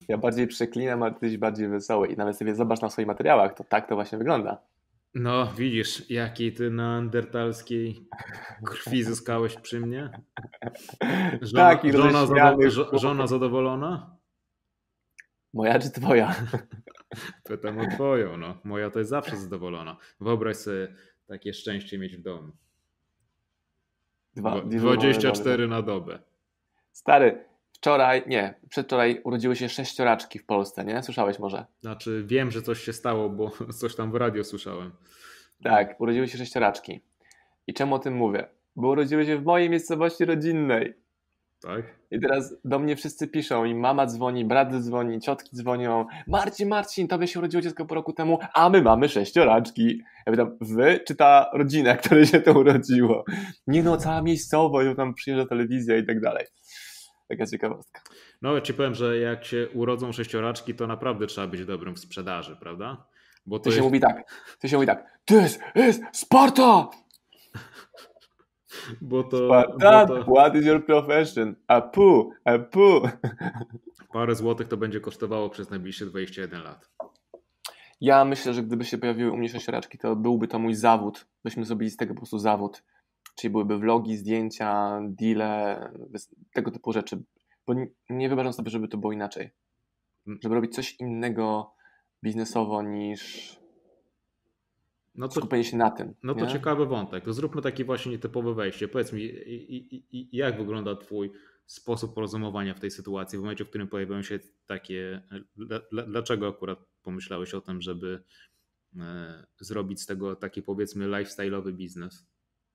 Ja bardziej przeklinam, a ty jesteś bardziej wesoły. I nawet sobie zobacz na swoich materiałach, to tak to właśnie wygląda. No, widzisz, jakiej ty neandertalskiej krwi zyskałeś przy mnie? Taki roześmiany Żona chłopiec. zadowolona? Moja czy twoja? Pytam o twoją, no. Moja to jest zawsze zadowolona. Wyobraź sobie takie szczęście mieć w domu. Dwie zadowolone Dwadzieścia żony. cztery na dobę. Stary, przedwczoraj urodziły się sześcioraczki w Polsce, nie? Słyszałeś może? Znaczy, wiem, że coś się stało, bo coś tam w radio słyszałem. Tak, urodziły się sześcioraczki. I czemu o tym mówię? Bo urodziły się w mojej miejscowości rodzinnej. Tak? I teraz do mnie wszyscy piszą i mama dzwoni, brat dzwoni, ciotki dzwonią. Marcin, tobie się urodziło dziecko po roku temu, a my mamy sześcioraczki. Ja pytam, wy czy ta rodzina, której się to urodziło? Nie no, cała miejscowość, bo tam przyjeżdża telewizja i tak dalej. Taka ciekawostka. No, ja ci powiem, że jak się urodzą sześcioraczki, to naprawdę trzeba być dobrym w sprzedaży, prawda? Bo To to się jest... mówi tak, This is Sparta! Bo Spartan, to what is your profession? A pu. parę złotych to będzie kosztowało przez najbliższe 21 lat. Ja myślę, że gdyby się pojawiły u mnie sześcioraczki, to byłby to mój zawód. Byśmy zrobili z tego po prostu zawód. Czyli byłyby vlogi, zdjęcia, deale, tego typu rzeczy. Bo nie wyobrażam sobie, żeby to było inaczej. Żeby robić coś innego biznesowo niż No to, skupienie się na tym. no to Nie? ciekawy wątek. To zróbmy takie właśnie nietypowe wejście. Powiedz mi, jak wygląda twój sposób rozumowania w tej sytuacji, w momencie, w którym pojawiają się takie... Dlaczego akurat pomyślałeś o tym, żeby zrobić z tego taki, powiedzmy, lifestyle'owy biznes?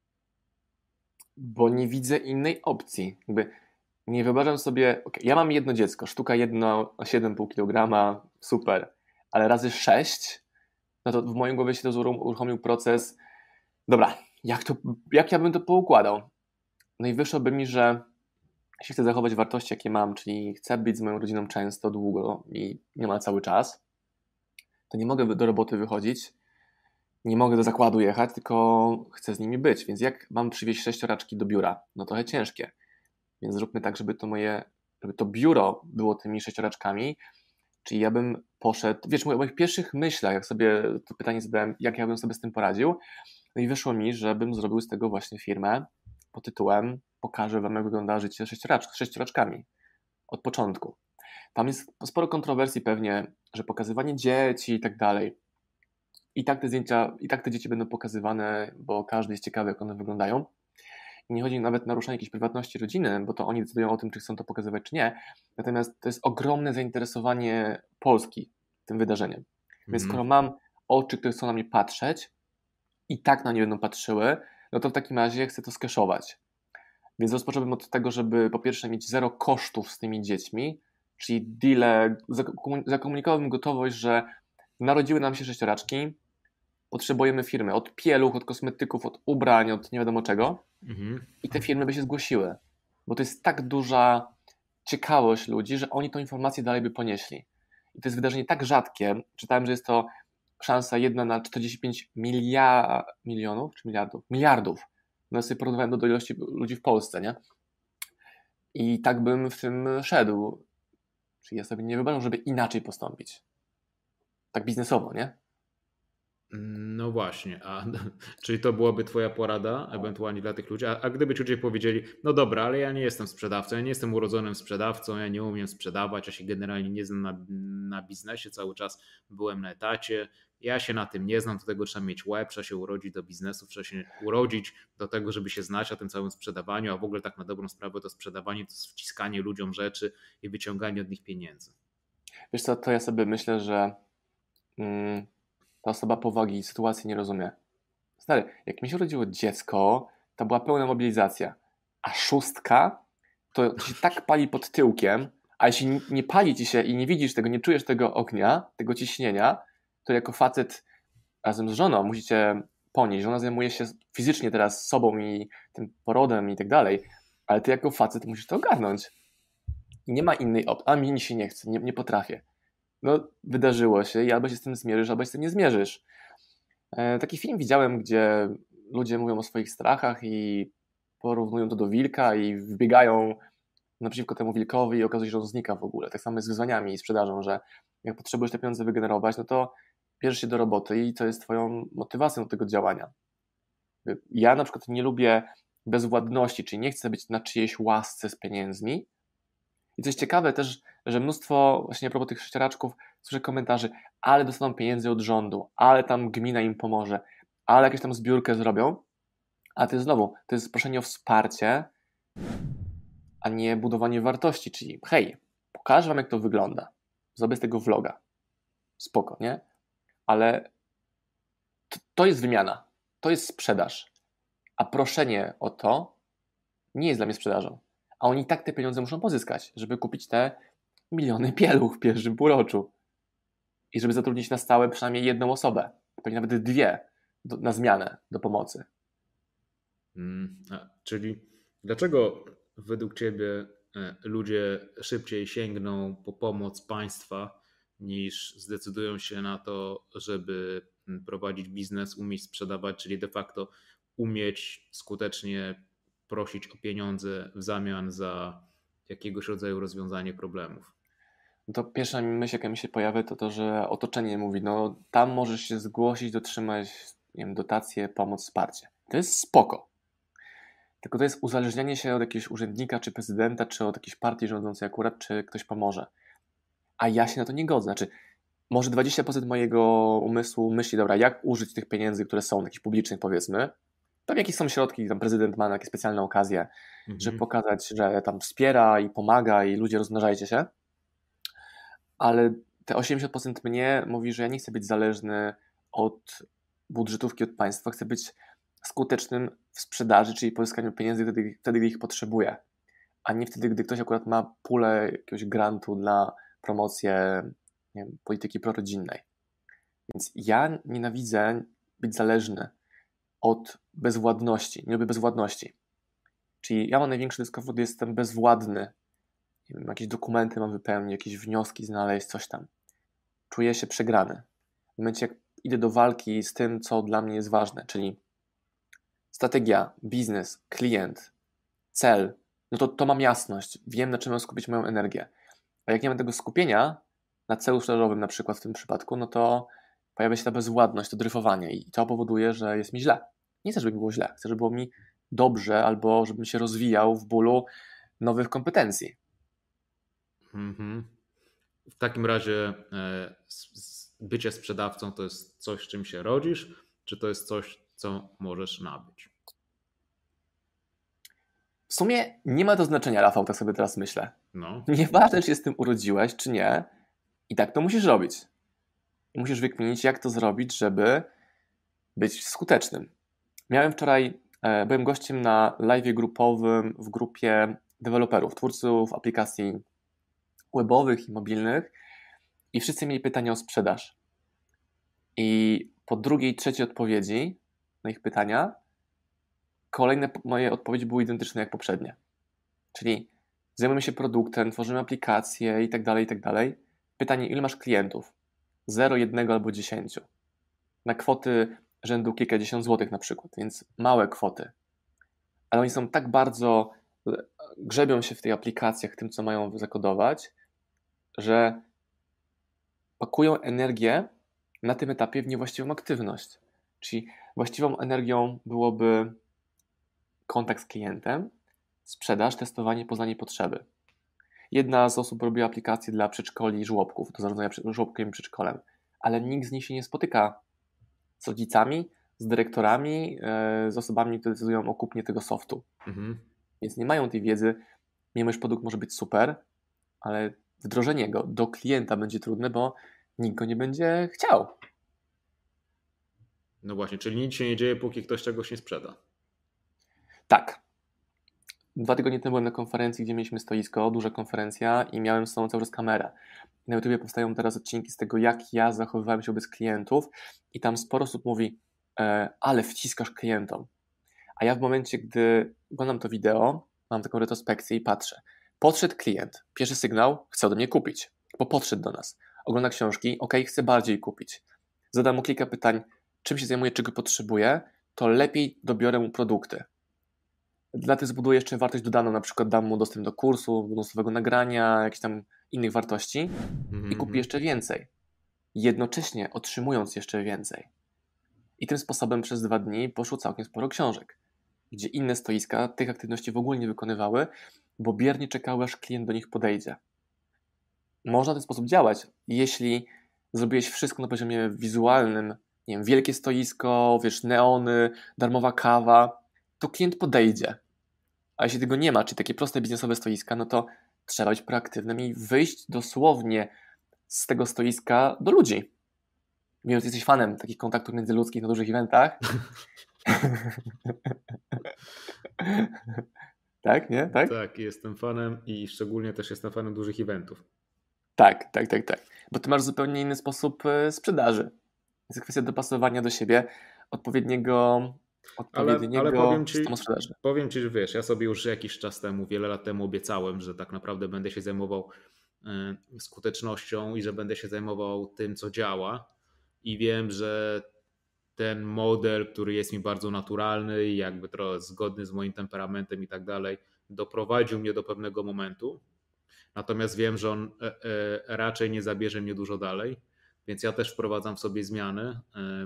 Bo nie widzę innej opcji. Jakby nie wyobrażam sobie, ja mam jedno dziecko, sztuka jedno 7,5 kg, super, ale razy 6, no to w mojej głowie się to uruchomił proces, dobra, jak ja bym to poukładał? No i wyszłoby mi, że jeśli chcę zachować wartości, jakie mam, czyli chcę być z moją rodziną często, długo i niemal cały czas, to nie mogę do roboty wychodzić, nie mogę do zakładu jechać, tylko chcę z nimi być, więc jak mam przywieźć sześcioraczki do biura? No trochę ciężkie. Więc zróbmy tak, żeby to biuro było tymi sześcioraczkami, czyli ja bym poszedł, wiesz, w moich pierwszych myślach, jak sobie to pytanie zadałem, jak ja bym sobie z tym poradził, no i wyszło mi, żebym zrobił z tego właśnie firmę pod tytułem Pokażę wam, jak wygląda życie z sześcioraczkami od początku. Tam jest sporo kontrowersji pewnie, że pokazywanie dzieci i tak dalej. I tak te zdjęcia, i tak te dzieci będą pokazywane, bo każdy jest ciekawy, jak one wyglądają. I nie chodzi nawet o naruszanie jakiejś prywatności rodziny, bo to oni decydują o tym, czy chcą to pokazywać, czy nie. Natomiast to jest ogromne zainteresowanie Polski tym wydarzeniem. Więc skoro Mhm. mam oczy, które chcą na mnie patrzeć i tak na nie będą patrzyły, no to w takim razie chcę to skeszować. Więc rozpocząłbym od tego, żeby po pierwsze mieć zero kosztów z tymi dziećmi, czyli deale, zakomunikowałbym gotowość, że narodziły nam się sześcioraczki, potrzebujemy firmy od pieluch, od kosmetyków, od ubrań, od nie wiadomo czego. Mhm. I te firmy by się zgłosiły, bo to jest tak duża ciekawość ludzi, że oni tą informację dalej by ponieśli. I to jest wydarzenie tak rzadkie, czytałem, że jest to szansa 1 na 45 milionów, czy miliardów? Miliardów. No sobie porównywałem do ilości ludzi w Polsce, nie? I tak bym w tym szedł. Czyli ja sobie nie wyobrażam, żeby inaczej postąpić. Tak biznesowo, nie? No właśnie, czyli to byłaby twoja porada ewentualnie dla tych ludzi, a gdyby ci ludzie powiedzieli, no dobra, ale ja nie jestem sprzedawcą, ja nie jestem urodzonym sprzedawcą, ja nie umiem sprzedawać, ja się generalnie nie znam na biznesie, cały czas byłem na etacie, ja się na tym nie znam, do tego trzeba mieć łeb, trzeba się urodzić do biznesu, trzeba się urodzić do tego, żeby się znać na tym całym sprzedawaniu, a w ogóle tak na dobrą sprawę to sprzedawanie to jest wciskanie ludziom rzeczy i wyciąganie od nich pieniędzy. Wiesz co, to ja sobie myślę, że ta osoba powagi sytuacji nie rozumie. Stary, jak mi się urodziło dziecko, to była pełna mobilizacja. A szóstka, to ci tak pali pod tyłkiem, a jeśli nie pali ci się i nie widzisz tego, nie czujesz tego ognia, tego ciśnienia, to jako facet razem z żoną musicie ponieść. Żona zajmuje się fizycznie teraz sobą i tym porodem i tak dalej, ale ty jako facet musisz to ogarnąć. I nie ma innej opcji. A mi się nie chce, nie potrafię. No, wydarzyło się i albo się z tym zmierzysz, albo się z tym nie zmierzysz. Taki film widziałem, gdzie ludzie mówią o swoich strachach i porównują to do wilka i wbiegają naprzeciwko temu wilkowi i okazuje się, że on znika w ogóle. Tak samo jest z wyzwaniami i sprzedażą, że jak potrzebujesz te pieniądze wygenerować, no to bierzesz się do roboty i to jest twoją motywacją do tego działania. Ja na przykład nie lubię bezwładności, czyli nie chcę być na czyjejś łasce z pieniędzmi. I coś ciekawe też, że mnóstwo właśnie a propos tych sześcioraczków słyszę komentarzy, ale dostaną pieniędzy od rządu, ale tam gmina im pomoże, ale jakąś tam zbiórkę zrobią. A to jest znowu, to jest proszenie o wsparcie, a nie budowanie wartości, czyli hej, pokażę wam jak to wygląda. Zrobię z tego vloga. Spoko, nie? Ale to jest wymiana. To jest sprzedaż. A proszenie o to nie jest dla mnie sprzedażą. A oni i tak te pieniądze muszą pozyskać, żeby kupić te miliony pieluch w pierwszym półroczu. I żeby zatrudnić na stałe przynajmniej jedną osobę, pewnie nawet dwie na zmianę do pomocy. Czyli dlaczego według Ciebie ludzie szybciej sięgną po pomoc państwa niż zdecydują się na to, żeby prowadzić biznes, umieć sprzedawać, czyli de facto umieć skutecznie prosić o pieniądze w zamian za jakiegoś rodzaju rozwiązanie problemów? No to pierwsza myśl, jaka mi się pojawia, to, że otoczenie mówi, no tam możesz się zgłosić, otrzymać, nie wiem, dotację, pomoc, wsparcie. To jest spoko. Tylko to jest uzależnianie się od jakiegoś urzędnika, czy prezydenta, czy od jakiejś partii rządzącej akurat, czy ktoś pomoże. A ja się na to nie godzę. Znaczy, może 20% mojego umysłu myśli, dobra, jak użyć tych pieniędzy, które są, jakichś publicznych powiedzmy, tam jakieś są środki, tam prezydent ma na jakieś specjalne okazje, żeby pokazać, że tam wspiera i pomaga i ludzie rozmnażajcie się. Ale te 80% mnie mówi, że ja nie chcę być zależny od budżetówki od państwa, chcę być skutecznym w sprzedaży, czyli pozyskaniu pieniędzy wtedy, gdy ich potrzebuję, a nie wtedy, gdy ktoś akurat ma pulę jakiegoś grantu na promocję, nie wiem, polityki prorodzinnej. Więc ja nienawidzę być zależny od bezwładności, nie lubię bezwładności. Czyli ja mam największy dyskomfort, jestem bezwładny. Nie wiem, jakieś dokumenty mam wypełnić, jakieś wnioski znaleźć, coś tam. Czuję się przegrany. W momencie, jak idę do walki z tym, co dla mnie jest ważne, czyli strategia, biznes, klient, cel, no to mam jasność. Wiem, na czym mam skupić moją energię. A jak nie mam tego skupienia na celu sprzedażowym, na przykład w tym przypadku, no to pojawia się ta bezwładność, to dryfowanie i to powoduje, że jest mi źle. Nie chcę, żeby mi było źle. Chcę, żeby było mi dobrze albo żebym się rozwijał w bólu nowych kompetencji. W takim razie bycie sprzedawcą to jest coś, z czym się rodzisz, czy to jest coś, co możesz nabyć? W sumie nie ma to znaczenia, Rafał, tak sobie teraz myślę. No. Nieważne, czy się z tym urodziłeś, czy nie, i tak to musisz robić. I musisz wykminić, jak to zrobić, żeby być skutecznym. Byłem gościem na live grupowym w grupie deweloperów, twórców aplikacji webowych i mobilnych i wszyscy mieli pytania o sprzedaż. I po drugiej, trzeciej odpowiedzi na ich pytania kolejne moje odpowiedzi były identyczne jak poprzednie. Czyli zajmujemy się produktem, tworzymy aplikacje i tak dalej, i tak dalej. Pytanie, ile masz klientów? 0, 1 albo 10. Na kwoty rzędu kilkadziesiąt złotych na przykład, więc małe kwoty. Ale oni są tak bardzo, grzebią się w tych aplikacjach, tym co mają zakodować, że pakują energię na tym etapie w niewłaściwą aktywność. Czyli właściwą energią byłoby kontakt z klientem, sprzedaż, testowanie, poznanie potrzeby. Jedna z osób robiła aplikacje dla przedszkoli i żłobków, do zarządzania żłobkiem i przedszkolem, ale nikt z nich się nie spotyka z rodzicami, z dyrektorami, z osobami, które decydują o kupnie tego softu. Więc nie mają tej wiedzy, mimo iż produkt może być super, ale wdrożenie go do klienta będzie trudne, bo nikt go nie będzie chciał. No właśnie, czyli nic się nie dzieje, póki ktoś czegoś nie sprzeda. Tak. 2 tygodnie temu byłem na konferencji, gdzie mieliśmy stoisko, duża konferencja i miałem z sobą cały czas kamerę. Na YouTubie powstają teraz odcinki z tego, jak ja zachowywałem się wobec klientów i tam sporo osób mówi, ale wciskasz klientom. A ja w momencie, gdy oglądam to wideo, mam taką retrospekcję i patrzę. Podszedł klient, pierwszy sygnał, chce ode mnie kupić, bo podszedł do nas. Ogląda książki, chce bardziej kupić. Zadam mu kilka pytań, czym się zajmuje, czego potrzebuje, to lepiej dobiorę mu produkty. dla tych zbuduję jeszcze wartość dodaną, na przykład dam mu dostęp do kursu, bonusowego nagrania, jakichś tam innych wartości i kupi jeszcze więcej, jednocześnie otrzymując jeszcze więcej. I tym sposobem przez 2 dni poszło całkiem sporo książek, gdzie inne stoiska tych aktywności w ogóle nie wykonywały, bo biernie czekały, aż klient do nich podejdzie. Można w ten sposób działać, jeśli zrobiłeś wszystko na poziomie wizualnym, nie wiem, wielkie stoisko, wiesz, neony, darmowa kawa, to klient podejdzie. A jeśli tego nie ma, czyli takie proste biznesowe stoiska, no to trzeba być proaktywnym i wyjść dosłownie z tego stoiska do ludzi. Wiem, że jesteś fanem takich kontaktów międzyludzkich na dużych eventach. Tak, nie? Tak? Tak, jestem fanem i szczególnie też jestem fanem dużych eventów. Tak. Bo ty masz zupełnie inny sposób sprzedaży. Jest kwestia dopasowania do siebie odpowiedniego Ale systemu sprzedaży. powiem ci, że wiesz, ja sobie już jakiś czas temu, wiele lat temu obiecałem, że tak naprawdę będę się zajmował skutecznością i że będę się zajmował tym, co działa. I wiem, że ten model, który jest mi bardzo naturalny i jakby trochę zgodny z moim temperamentem i tak dalej, doprowadził mnie do pewnego momentu. Natomiast wiem, że on raczej nie zabierze mnie dużo dalej, więc ja też wprowadzam w sobie zmiany,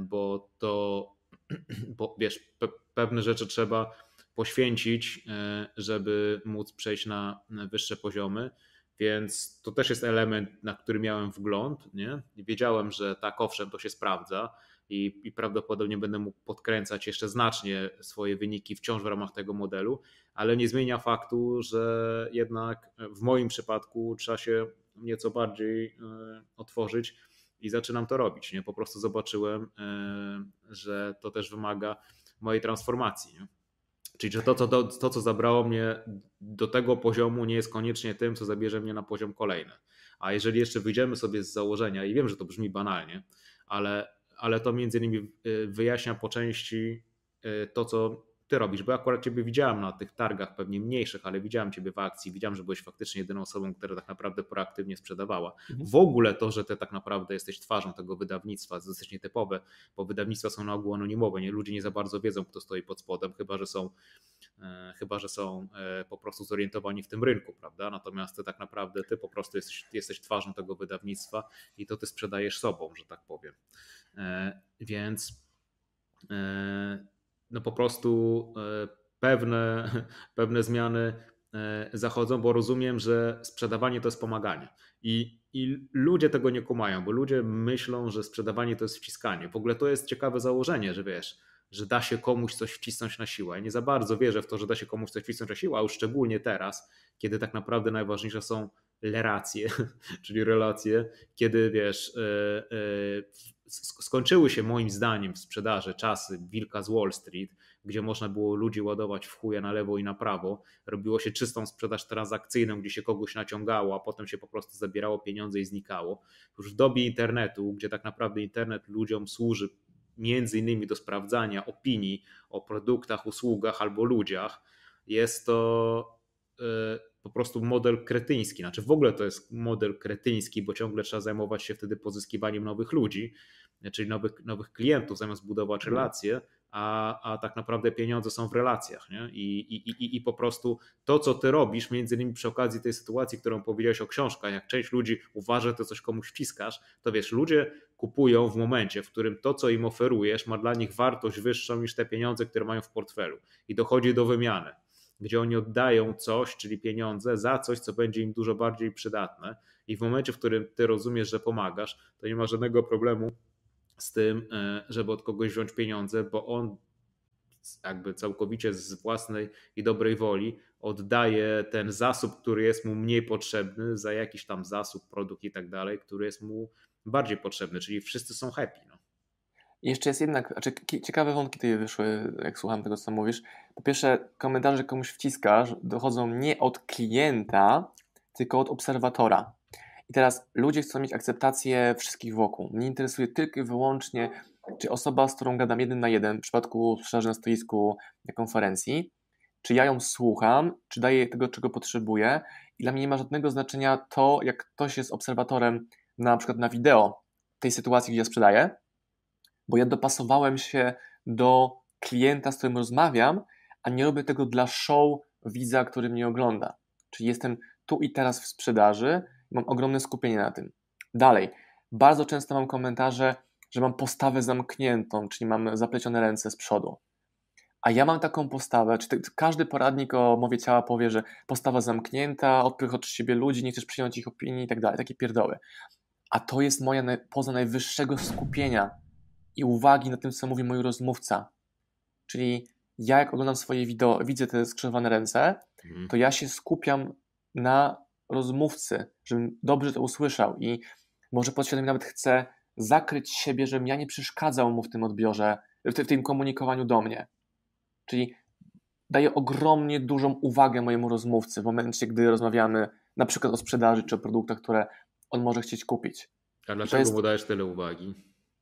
bo wiesz, pewne rzeczy trzeba poświęcić, żeby móc przejść na wyższe poziomy, więc to też jest element, na który miałem wgląd, nie? I wiedziałem, że tak, owszem, to się sprawdza i prawdopodobnie będę mógł podkręcać jeszcze znacznie swoje wyniki wciąż w ramach tego modelu, ale nie zmienia faktu, że jednak w moim przypadku trzeba się nieco bardziej otworzyć i zaczynam to robić. Nie? Po prostu zobaczyłem, że to też wymaga mojej transformacji. Nie? Czyli że to, co zabrało mnie do tego poziomu, nie jest koniecznie tym, co zabierze mnie na poziom kolejny. A jeżeli jeszcze wyjdziemy sobie z założenia, i wiem, że to brzmi banalnie, ale to między innymi wyjaśnia po części to, co ty robisz, bo ja akurat ciebie widziałem na tych targach pewnie mniejszych, ale widziałem ciebie w akcji, widziałem, że byłeś faktycznie jedyną osobą, która tak naprawdę proaktywnie sprzedawała. W ogóle to, że ty tak naprawdę jesteś twarzą tego wydawnictwa, to jest dosyć nietypowe, bo wydawnictwa są na ogół anonimowe, nie? Ludzie nie za bardzo wiedzą, kto stoi pod spodem, chyba że są po prostu zorientowani w tym rynku, prawda? Natomiast ty tak naprawdę po prostu jesteś twarzą tego wydawnictwa i to ty sprzedajesz sobą, że tak powiem. Więc no po prostu pewne zmiany zachodzą, bo rozumiem, że sprzedawanie to jest pomaganie. I ludzie tego nie kumają, bo ludzie myślą, że sprzedawanie to jest wciskanie. W ogóle to jest ciekawe założenie, że wiesz, że da się komuś coś wcisnąć na siłę. Ja nie za bardzo wierzę w to, że da się komuś coś wcisnąć na siłę, a już szczególnie teraz, kiedy tak naprawdę najważniejsze są relacje, czyli relacje, kiedy wiesz, skończyły się moim zdaniem w sprzedaży czasy wilka z Wall Street, gdzie można było ludzi ładować w chuja na lewo i na prawo. Robiło się czystą sprzedaż transakcyjną, gdzie się kogoś naciągało, a potem się po prostu zabierało pieniądze i znikało. Już w dobie internetu, gdzie tak naprawdę internet ludziom służy między innymi do sprawdzania opinii o produktach, usługach albo ludziach, jest to po prostu model kretyński. Znaczy w ogóle to jest model kretyński, bo ciągle trzeba zajmować się wtedy pozyskiwaniem nowych ludzi, czyli nowych klientów, zamiast budować relacje, a tak naprawdę pieniądze są w relacjach. Nie? I po prostu to, co ty robisz, między innymi przy okazji tej sytuacji, którą powiedziałeś o książkach, jak część ludzi uważa, że ty coś komuś wciskasz, to wiesz, ludzie kupują w momencie, w którym to, co im oferujesz, ma dla nich wartość wyższą niż te pieniądze, które mają w portfelu. I dochodzi do wymiany, gdzie oni oddają coś, czyli pieniądze, za coś, co będzie im dużo bardziej przydatne. I w momencie, w którym ty rozumiesz, że pomagasz, to nie ma żadnego problemu z tym, żeby od kogoś wziąć pieniądze, bo on jakby całkowicie z własnej i dobrej woli oddaje ten zasób, który jest mu mniej potrzebny, za jakiś tam zasób, produkt i tak dalej, który jest mu bardziej potrzebny, czyli wszyscy są happy. No. I jeszcze jest ciekawe wątki tutaj wyszły, jak słucham tego, co mówisz. Po pierwsze, komentarze, że komuś wciskasz, dochodzą nie od klienta, tylko od obserwatora. I teraz ludzie chcą mieć akceptację wszystkich wokół. Mnie interesuje tylko i wyłącznie, czy osoba, z którą gadam 1 na 1, w przypadku sprzedaży na stoisku, na konferencji, czy ja ją słucham, czy daję jej tego, czego potrzebuję. I dla mnie nie ma żadnego znaczenia to, jak ktoś jest obserwatorem na przykład na wideo tej sytuacji, gdzie ja sprzedaję, bo ja dopasowałem się do klienta, z którym rozmawiam, a nie robię tego dla show widza, który mnie ogląda. Czyli jestem tu i teraz w sprzedaży i mam ogromne skupienie na tym. Dalej, bardzo często mam komentarze, że mam postawę zamkniętą, czyli mam zaplecione ręce z przodu. A ja mam taką postawę, każdy poradnik o mowie ciała powie, że postawa zamknięta, odpych od siebie ludzi, nie chcesz przyjąć ich opinii i tak dalej, takie pierdoły. A to jest moja poza najwyższego skupienia i uwagi na tym, co mówi mój rozmówca. Czyli ja jak oglądam swoje wideo, widzę te skrzyżowane ręce, to ja się skupiam na rozmówcy, żebym dobrze to usłyszał i może podświadomie nawet chcę zakryć siebie, żebym ja nie przeszkadzał mu w tym odbiorze, w tym komunikowaniu do mnie. Czyli daję ogromnie dużą uwagę mojemu rozmówcy w momencie, gdy rozmawiamy na przykład o sprzedaży czy o produktach, które on może chcieć kupić. A dlaczego mu dajesz tyle uwagi?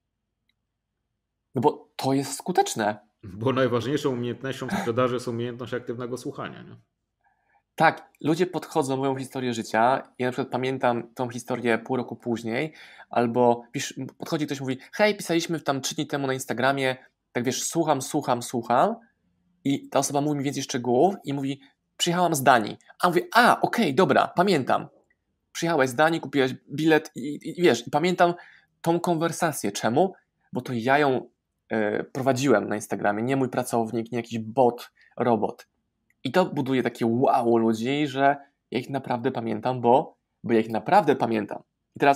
No bo to jest skuteczne. Bo najważniejszą umiejętnością w sprzedaży jest umiejętność aktywnego słuchania. Nie? Tak, ludzie podchodzą moją historię życia. Ja na przykład pamiętam tą historię pół roku później, albo podchodzi ktoś i mówi: hej, pisaliśmy tam 3 dni temu na Instagramie, tak wiesz, słucham i ta osoba mówi mi więcej szczegółów i mówi: przyjechałam z Danii. A mówię: okej, dobra, pamiętam. Przyjechałeś z Danii, kupiłeś bilet i wiesz, i pamiętam tą konwersację. Czemu? Bo to ja ją prowadziłem na Instagramie, nie mój pracownik, nie jakiś bot, robot. I to buduje takie wow u ludzi, że ja ich naprawdę pamiętam, bo ja ich naprawdę pamiętam. I teraz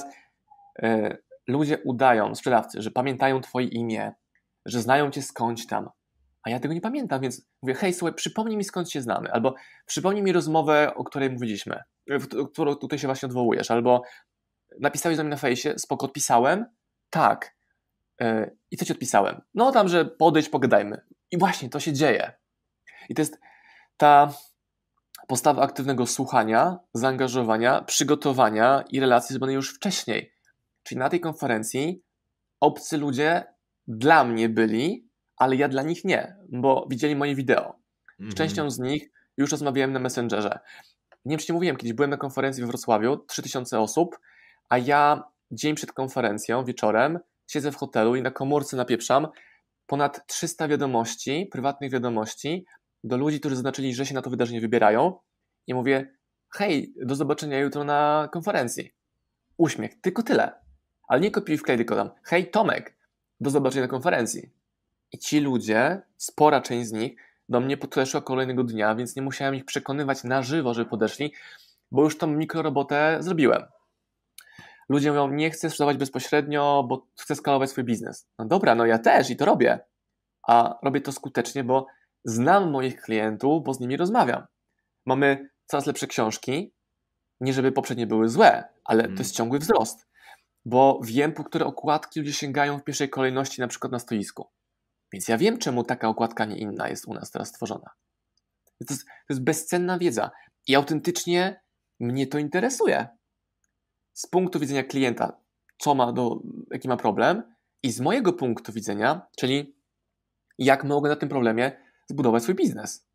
ludzie udają, sprzedawcy, że pamiętają twoje imię, że znają cię skądś tam, a ja tego nie pamiętam, więc mówię: hej, słuchaj, przypomnij mi, skąd się znamy, albo przypomnij mi rozmowę, o której mówiliśmy, którą tutaj się właśnie odwołujesz, albo napisałeś do mnie na fejsie, spoko, odpisałem, tak. I co ci odpisałem? No tam, że podejdź, pogadajmy. I właśnie to się dzieje. I to jest ta postawa aktywnego słuchania, zaangażowania, przygotowania i relacji zrobionej już wcześniej. Czyli na tej konferencji obcy ludzie dla mnie byli, ale ja dla nich nie, bo widzieli moje wideo. Z częścią z nich już rozmawiałem na Messengerze. Nie wiem, czy nie mówiłem, kiedyś byłem na konferencji we Wrocławiu, 3000 osób, a ja dzień przed konferencją, wieczorem, siedzę w hotelu i na komórce napieprzam ponad 300 wiadomości, prywatnych wiadomości do ludzi, którzy zaznaczyli, że się na to wydarzenie wybierają i mówię: hej, do zobaczenia jutro na konferencji. Uśmiech, tylko tyle. Ale nie kopiuj wklej, tylko tam: hej Tomek, do zobaczenia na konferencji. I ci ludzie, spora część z nich, do mnie podeszła kolejnego dnia, więc nie musiałem ich przekonywać na żywo, żeby podeszli, bo już tą mikrorobotę zrobiłem. Ludzie mówią: nie chcę sprzedawać bezpośrednio, bo chcę skalować swój biznes. No dobra, no ja też i to robię. A robię to skutecznie, bo znam moich klientów, bo z nimi rozmawiam. Mamy coraz lepsze książki, nie żeby poprzednie były złe, ale to jest ciągły wzrost. Bo wiem, po które okładki ludzie sięgają w pierwszej kolejności, na przykład na stoisku. Więc ja wiem, czemu taka okładka, nie inna jest u nas teraz stworzona. To jest bezcenna wiedza i autentycznie mnie to interesuje. Z punktu widzenia klienta, jaki ma problem, i z mojego punktu widzenia, czyli jak mogę na tym problemie zbudować swój biznes.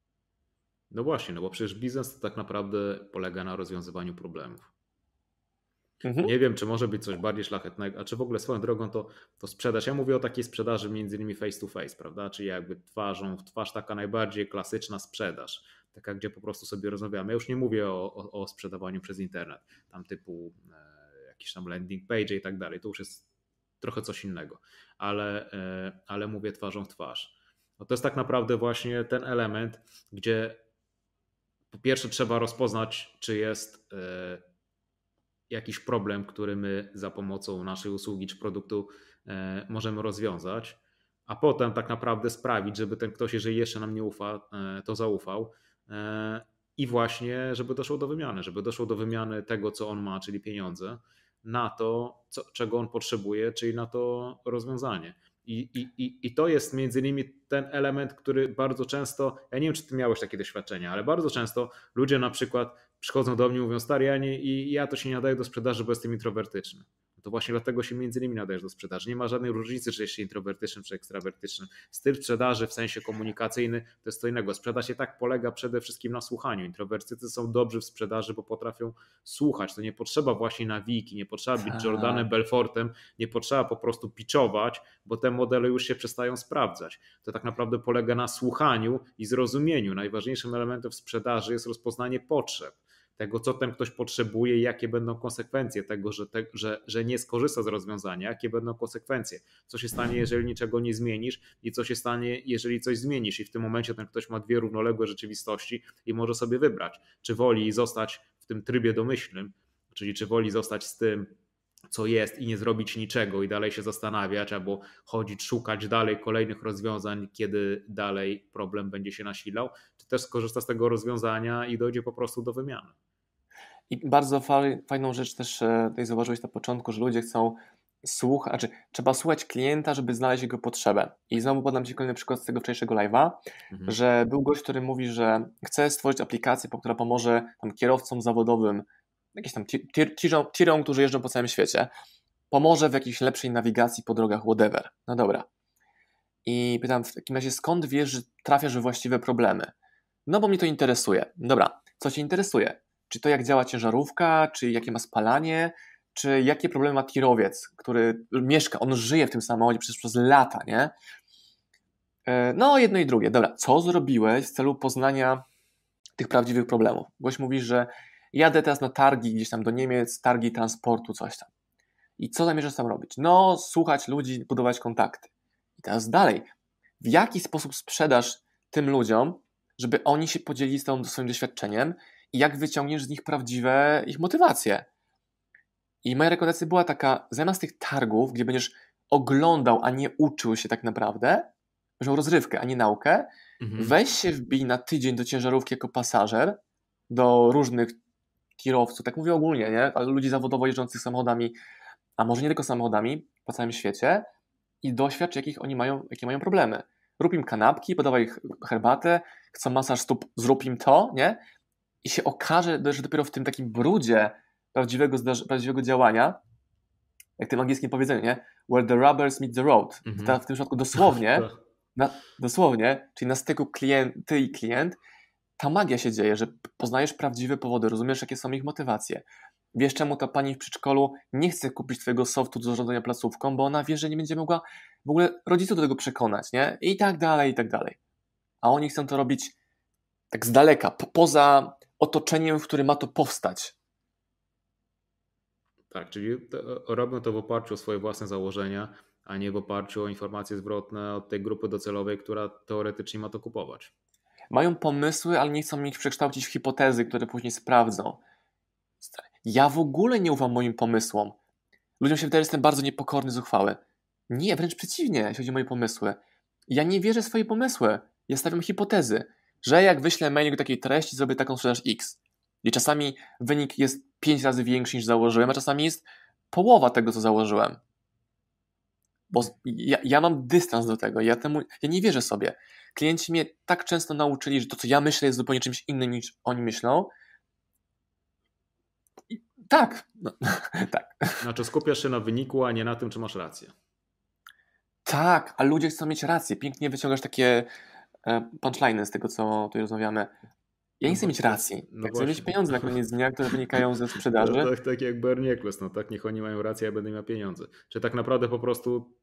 No właśnie, no bo przecież biznes to tak naprawdę polega na rozwiązywaniu problemów. Nie wiem, czy może być coś bardziej szlachetnego, a czy w ogóle swoją drogą to sprzedaż. Ja mówię o takiej sprzedaży między innymi face to face, prawda? Czyli jakby twarzą w twarz, taka najbardziej klasyczna sprzedaż. Taka, gdzie po prostu sobie rozmawiamy. Ja już nie mówię o sprzedawaniu przez internet, tam typu jakiś tam landing page i tak dalej. To już jest trochę coś innego, ale mówię twarzą w twarz. No to jest tak naprawdę właśnie ten element, gdzie po pierwsze trzeba rozpoznać, czy jest jakiś problem, który my za pomocą naszej usługi czy produktu możemy rozwiązać, a potem tak naprawdę sprawić, żeby ten ktoś, jeżeli jeszcze nam nie ufa, to zaufał i właśnie, żeby doszło do wymiany tego, co on ma, czyli pieniądze, na to, czego on potrzebuje, czyli na to rozwiązanie. I to jest między innymi ten element, który bardzo często, ja nie wiem, czy ty miałeś takie doświadczenia, ale bardzo często ludzie na przykład przychodzą do mnie i mówią: stary, ja to się nie nadaje do sprzedaży, bo jestem introwertyczny. to właśnie dlatego się między nimi nadajesz do sprzedaży. Nie ma żadnej różnicy, czy jesteś introwertycznym, czy ekstrawertycznym. Styl sprzedaży w sensie komunikacyjny to jest co innego. Sprzedaż i tak polega przede wszystkim na słuchaniu. Introwertycy są dobrzy w sprzedaży, bo potrafią słuchać. To nie potrzeba właśnie nawiki, nie potrzeba być Jordanem Belfortem, nie potrzeba po prostu pitchować, bo te modele już się przestają sprawdzać. To tak naprawdę polega na słuchaniu i zrozumieniu. Najważniejszym elementem w sprzedaży jest rozpoznanie potrzeb. Tego, co ten ktoś potrzebuje i jakie będą konsekwencje tego, że nie skorzysta z rozwiązania, jakie będą konsekwencje. Co się stanie, jeżeli niczego nie zmienisz i co się stanie, jeżeli coś zmienisz. I w tym momencie ten ktoś ma dwie równoległe rzeczywistości i może sobie wybrać, czy woli zostać w tym trybie domyślnym, czyli czy woli zostać z tym, co jest i nie zrobić niczego i dalej się zastanawiać albo chodzić, szukać dalej kolejnych rozwiązań, kiedy dalej problem będzie się nasilał, czy też skorzysta z tego rozwiązania i dojdzie po prostu do wymiany. I bardzo fajną rzecz też tutaj zauważyłeś na początku, że ludzie chcą słuchać, znaczy trzeba słuchać klienta, żeby znaleźć jego potrzebę. I znowu podam Ci kolejny przykład z tego wczorajszego live'a, że był gość, który mówi, że chce stworzyć aplikację, która pomoże tam kierowcom zawodowym, jakieś tam tirom, którzy jeżdżą po całym świecie, pomoże w jakiejś lepszej nawigacji po drogach, whatever. No dobra. I pytam w takim razie, skąd wiesz, że trafiasz we właściwe problemy? No bo mnie to interesuje. Dobra, co Cię interesuje? Czy to jak działa ciężarówka, czy jakie ma spalanie, czy jakie problemy ma tirowiec, który mieszka, on żyje w tym samochodzie przez lata, nie? No jedno i drugie. Dobra, co zrobiłeś w celu poznania tych prawdziwych problemów? Gość mówi, że jadę teraz na targi gdzieś tam do Niemiec, targi transportu, coś tam. I co zamierzasz tam robić? No, słuchać ludzi, budować kontakty. I teraz dalej. W jaki sposób sprzedasz tym ludziom, żeby oni się podzielili z tą swoim doświadczeniem i jak wyciągniesz z nich prawdziwe ich motywacje? I moja rekomendacja była taka, zamiast tych targów, gdzie będziesz oglądał, a nie uczył się tak naprawdę, będziesz miał rozrywkę, a nie naukę, weź się wbij na tydzień do ciężarówki jako pasażer, do różnych tirowców, tak mówię ogólnie, nie? Ale ludzi zawodowo jeżdżących samochodami, a może nie tylko samochodami, po całym świecie i doświadcz, jakie mają problemy. Rób im kanapki, podawaj herbatę, chcą masaż stóp, zrób im to, nie? I się okaże, że dopiero w tym takim brudzie prawdziwego działania, jak w tym angielskim powiedzeniu, nie? Where the rubbers meet the road. W tym przypadku dosłownie, czyli na styku ty i klient, ta magia się dzieje, że poznajesz prawdziwe powody, rozumiesz, jakie są ich motywacje. Wiesz, czemu ta pani w przedszkolu nie chce kupić twojego softu do zarządzania placówką, bo ona wie, że nie będzie mogła w ogóle rodziców do tego przekonać, nie? I tak dalej, i tak dalej. A oni chcą to robić tak z daleka, poza otoczeniem, w którym ma to powstać. Tak, czyli robią to w oparciu o swoje własne założenia, a nie w oparciu o informacje zwrotne od tej grupy docelowej, która teoretycznie ma to kupować. Mają pomysły, ale nie chcą ich przekształcić w hipotezy, które później sprawdzą. Ja w ogóle nie ufam moim pomysłom. Ludziom się wydaje, że jestem bardzo niepokorny, zuchwały. Nie, wręcz przeciwnie, jeśli chodzi o moje pomysły. Ja nie wierzę w swoje pomysły. Ja stawiam hipotezy, że jak wyślę mail do takiej treści, zrobię taką sprzedaż X. I czasami wynik jest 5 razy większy niż założyłem, a czasami jest połowa tego, co założyłem. Bo ja mam dystans do tego. Ja nie wierzę sobie. Klienci mnie tak często nauczyli, że to, co ja myślę, jest zupełnie czymś innym niż oni myślą. Tak. Tak. Znaczy skupiasz się na wyniku, a nie na tym, czy masz rację. Tak, a ludzie chcą mieć rację. Pięknie wyciągasz takie punchline'y z tego, co tu rozmawiamy. Ja nie chcę mieć racji. Chcę mieć pieniądze na koniec dnia, które wynikają ze sprzedaży. Tak jak Bernie Eccles, no tak, niech oni mają rację, ja będę miał pieniądze. Czy tak naprawdę po prostu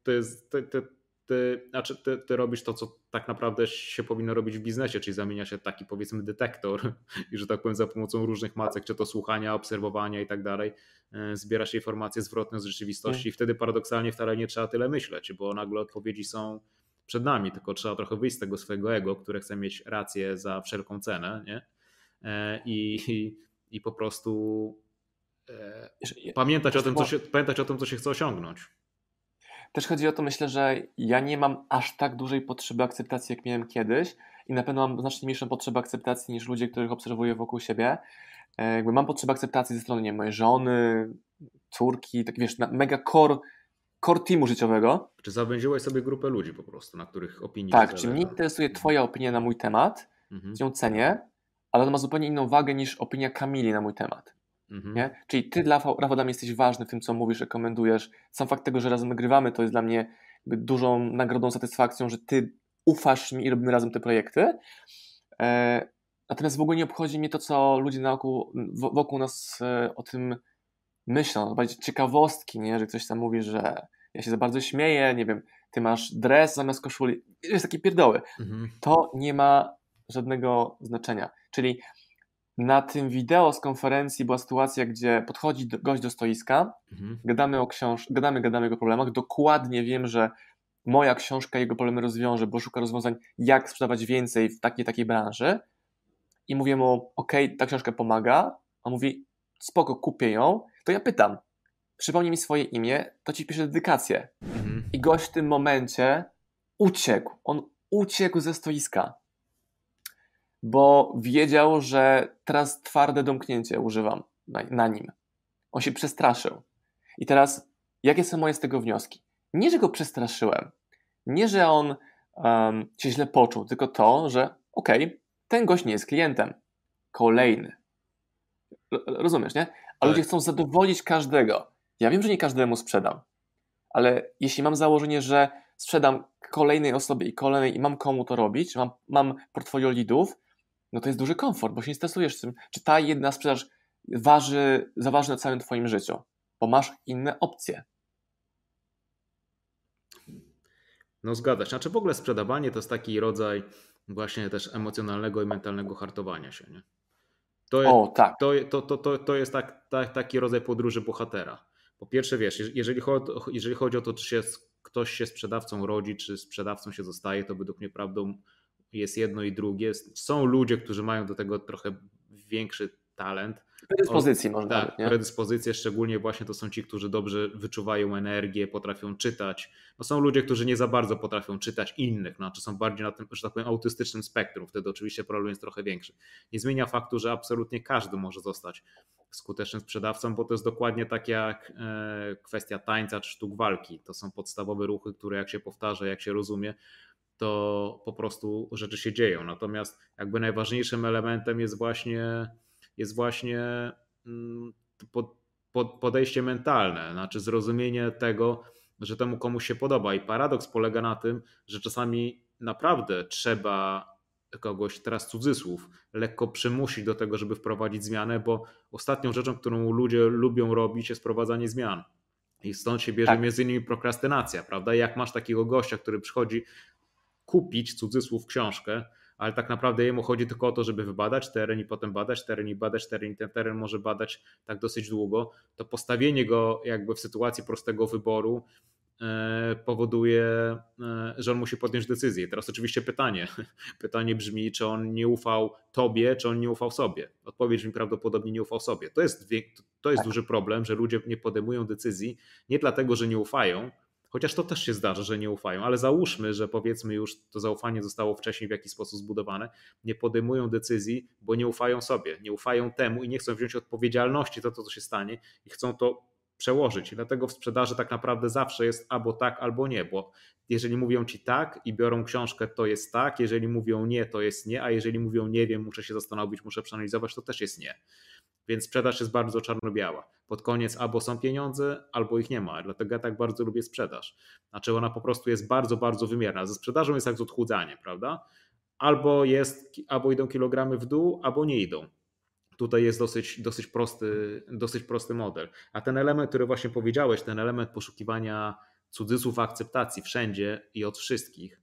ty robisz to, co tak naprawdę się powinno robić w biznesie, czyli zamienia się taki, powiedzmy, detektor i, że tak powiem, za pomocą różnych macek, czy to słuchania, obserwowania i tak dalej, zbierasz informacje zwrotne z rzeczywistości i wtedy paradoksalnie wcale nie trzeba tyle myśleć, bo nagle odpowiedzi są przed nami, tylko trzeba trochę wyjść z tego swojego ego, które chce mieć rację za wszelką cenę, nie? I po prostu pamiętać o tym, co się chce osiągnąć. Też chodzi o to, myślę, że ja nie mam aż tak dużej potrzeby akceptacji, jak miałem kiedyś i na pewno mam znacznie mniejszą potrzebę akceptacji niż ludzie, których obserwuję wokół siebie. Jakby mam potrzebę akceptacji ze strony, nie wiem, mojej żony, córki, tak wiesz, mega core teamu życiowego. Czy zawęziłeś sobie grupę ludzi po prostu, na których opinii tak, czy mnie interesuje twoja opinia na mój temat, ją cenię, ale ona ma zupełnie inną wagę niż opinia Kamili na mój temat. Nie? Czyli ty, Rafał, dla mnie jesteś ważny w tym, co mówisz, rekomendujesz. Sam fakt tego, że razem nagrywamy, to jest dla mnie dużą nagrodą, satysfakcją, że ty ufasz mi i robimy razem te projekty. Natomiast w ogóle nie obchodzi mnie to, co ludzie wokół nas o tym myślą. Bardziej ciekawostki, nie? Że ktoś tam mówi, że ja się za bardzo śmieję, nie wiem, ty masz dres zamiast koszuli. Jest takie pierdoły. To nie ma żadnego znaczenia. Czyli na tym wideo z konferencji była sytuacja, gdzie podchodzi gość do stoiska, gadamy o gadamy o jego problemach. Dokładnie wiem, że moja książka jego problemy rozwiąże, bo szuka rozwiązań, jak sprzedawać więcej w takiej branży. I mówię mu, okej, ta książka pomaga. On mówi, spoko, kupię ją. To ja pytam, przypomnij mi swoje imię, to ci piszę dedykację. I gość w tym momencie uciekł. On uciekł ze stoiska, bo wiedział, że teraz twarde domknięcie używam na nim. On się przestraszył. I teraz, jakie są moje z tego wnioski? Nie, że go przestraszyłem. Nie, że on się źle poczuł, tylko to, że ten gość nie jest klientem. Kolejny. Rozumiesz, nie? A ludzie chcą zadowolić każdego. Ja wiem, że nie każdemu sprzedam, ale jeśli mam założenie, że sprzedam kolejnej osobie i kolejnej i mam komu to robić, mam portfolio leadów, no to jest duży komfort, bo się nie stresujesz tym, czy ta jedna sprzedaż zaważy na całym twoim życiu, bo masz inne opcje. No zgadza się. Znaczy w ogóle sprzedawanie to jest taki rodzaj właśnie też emocjonalnego i mentalnego hartowania się, nie? Tak. To jest taki rodzaj podróży bohatera. Po pierwsze, wiesz, jeżeli chodzi o to, czy ktoś się sprzedawcą rodzi, czy sprzedawcą się zostaje, to według mnie prawdą jest jedno i drugie. Są ludzie, którzy mają do tego trochę większy talent. Predyspozycji można tak, być, nie? Predyspozycje, szczególnie właśnie to są ci, którzy dobrze wyczuwają energię, potrafią czytać. No są ludzie, którzy nie za bardzo potrafią czytać innych, znaczy są bardziej na tym, że tak powiem, autystycznym spektrum. Wtedy oczywiście problem jest trochę większy. Nie zmienia faktu, że absolutnie każdy może zostać skutecznym sprzedawcą, bo to jest dokładnie tak jak kwestia tańca czy sztuk walki. To są podstawowe ruchy, które jak się powtarza, jak się rozumie, to po prostu rzeczy się dzieją. Natomiast jakby najważniejszym elementem jest właśnie podejście mentalne, znaczy zrozumienie tego, że temu komuś się podoba. I paradoks polega na tym, że czasami naprawdę trzeba kogoś, teraz cudzysłów, lekko przymusić do tego, żeby wprowadzić zmianę, bo ostatnią rzeczą, którą ludzie lubią robić, jest wprowadzanie zmian. I stąd się bierze między innymi prokrastynacja, prawda? Jak masz takiego gościa, który przychodzi kupić, cudzysłów, książkę, ale tak naprawdę jemu chodzi tylko o to, żeby wybadać teren i potem badać teren i badać teren i ten teren może badać tak dosyć długo, to postawienie go jakby w sytuacji prostego wyboru powoduje, że on musi podjąć decyzję. Teraz oczywiście pytanie brzmi, czy on nie ufał tobie, czy on nie ufał sobie. Odpowiedź mi prawdopodobnie nie ufał sobie. To jest duży problem, że ludzie nie podejmują decyzji nie dlatego, że nie ufają, chociaż to też się zdarza, że nie ufają, ale załóżmy, że powiedzmy już to zaufanie zostało wcześniej w jakiś sposób zbudowane, nie podejmują decyzji, bo nie ufają sobie, nie ufają temu i nie chcą wziąć odpowiedzialności za to, co się stanie i chcą to przełożyć. I dlatego w sprzedaży tak naprawdę zawsze jest albo tak, albo nie, bo jeżeli mówią ci tak i biorą książkę, to jest tak, jeżeli mówią nie, to jest nie, a jeżeli mówią nie wiem, muszę się zastanowić, muszę przeanalizować, to też jest nie. Więc sprzedaż jest bardzo czarno-biała. Pod koniec albo są pieniądze, albo ich nie ma. Dlatego ja tak bardzo lubię sprzedaż. Znaczy ona po prostu jest bardzo, bardzo wymierna. Ze sprzedażą jest jak z odchudzaniem, prawda? Albo idą kilogramy w dół, albo nie idą. Tutaj jest dosyć prosty model. A ten element, który właśnie powiedziałeś, ten element poszukiwania cudzysłów akceptacji wszędzie i od wszystkich.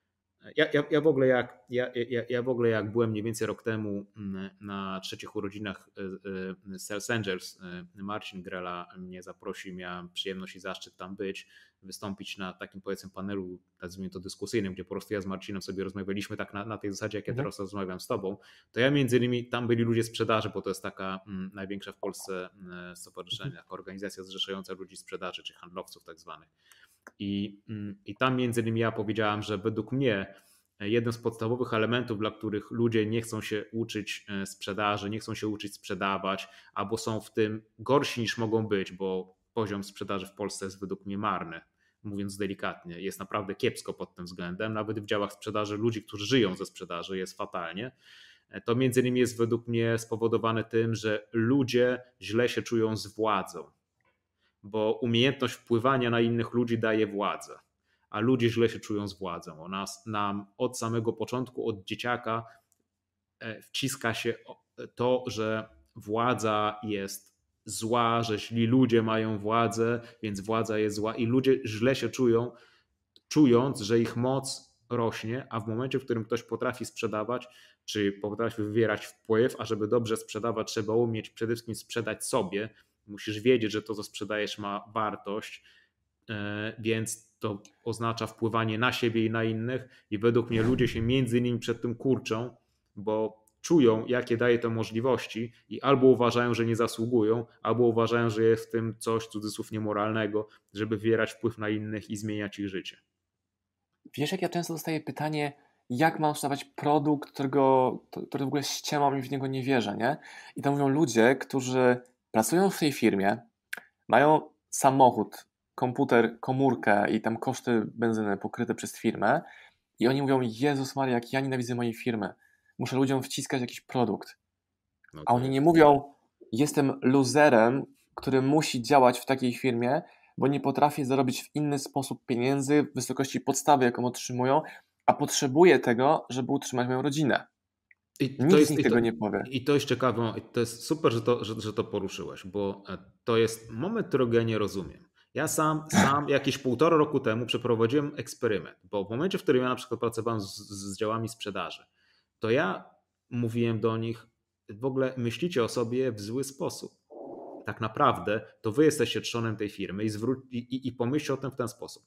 Ja w ogóle jak byłem mniej więcej rok temu na trzecich urodzinach Sales Angels, Marcin Grela mnie zaprosił, miałem przyjemność i zaszczyt tam być, wystąpić na takim powiedzmy panelu, nazwijmy to dyskusyjnym, gdzie po prostu ja z Marcinem sobie rozmawialiśmy tak na tej zasadzie, jak ja teraz rozmawiam z tobą, to ja między innymi tam byli ludzie sprzedaży, bo to jest taka największa w Polsce stowarzyszenie, taka organizacja zrzeszająca ludzi sprzedaży, czy handlowców tak zwanych. I tam między innymi ja powiedziałem, że według mnie jeden z podstawowych elementów, dla których ludzie nie chcą się uczyć sprzedaży, nie chcą się uczyć sprzedawać, albo są w tym gorsi niż mogą być, bo poziom sprzedaży w Polsce jest według mnie marny, mówiąc delikatnie. Jest naprawdę kiepsko pod tym względem. Nawet w działach sprzedaży ludzi, którzy żyją ze sprzedaży, jest fatalnie. To między innymi jest według mnie spowodowane tym, że ludzie źle się czują z władzą, bo umiejętność wpływania na innych ludzi daje władzę, a ludzie źle się czują z władzą. Nam od samego początku, od dzieciaka wciska się to, że władza jest zła, że źli ludzie mają władzę, więc władza jest zła i ludzie źle się czują, czując, że ich moc rośnie, a w momencie, w którym ktoś potrafi sprzedawać, czy potrafi wywierać wpływ, a żeby dobrze sprzedawać, trzeba umieć przede wszystkim sprzedać sobie. Musisz wiedzieć, że to, co sprzedajesz, ma wartość, więc to oznacza wpływanie na siebie i na innych i według mnie ludzie się między innymi przed tym kurczą, bo czują, jakie daje to możliwości i albo uważają, że nie zasługują, albo uważają, że jest w tym coś, cudzysłów, niemoralnego, żeby wywierać wpływ na innych i zmieniać ich życie. Wiesz, jak ja często dostaję pytanie, jak mam sprzedawać produkt, który w ogóle ściemam i w niego nie wierzę, nie? I to mówią ludzie, którzy pracują w tej firmie, mają samochód, komputer, komórkę i tam koszty benzyny pokryte przez firmę i oni mówią, Jezus Maria, jak ja nienawidzę mojej firmy. Muszę ludziom wciskać jakiś produkt. A oni nie mówią, jestem loserem, który musi działać w takiej firmie, bo nie potrafię zarobić w inny sposób pieniędzy w wysokości podstawy, jaką otrzymują, a potrzebuję tego, żeby utrzymać moją rodzinę. Nikt z nich tego nie powie. I to jest ciekawe, to jest super, że to poruszyłeś, bo to jest moment, którego ja nie rozumiem. Ja sam jakieś 1,5 roku temu przeprowadziłem eksperyment, bo w momencie, w którym ja na przykład pracowałem z działami sprzedaży, to ja mówiłem do nich, w ogóle myślicie o sobie w zły sposób. Tak naprawdę to wy jesteście trzonem tej firmy i pomyślcie o tym w ten sposób.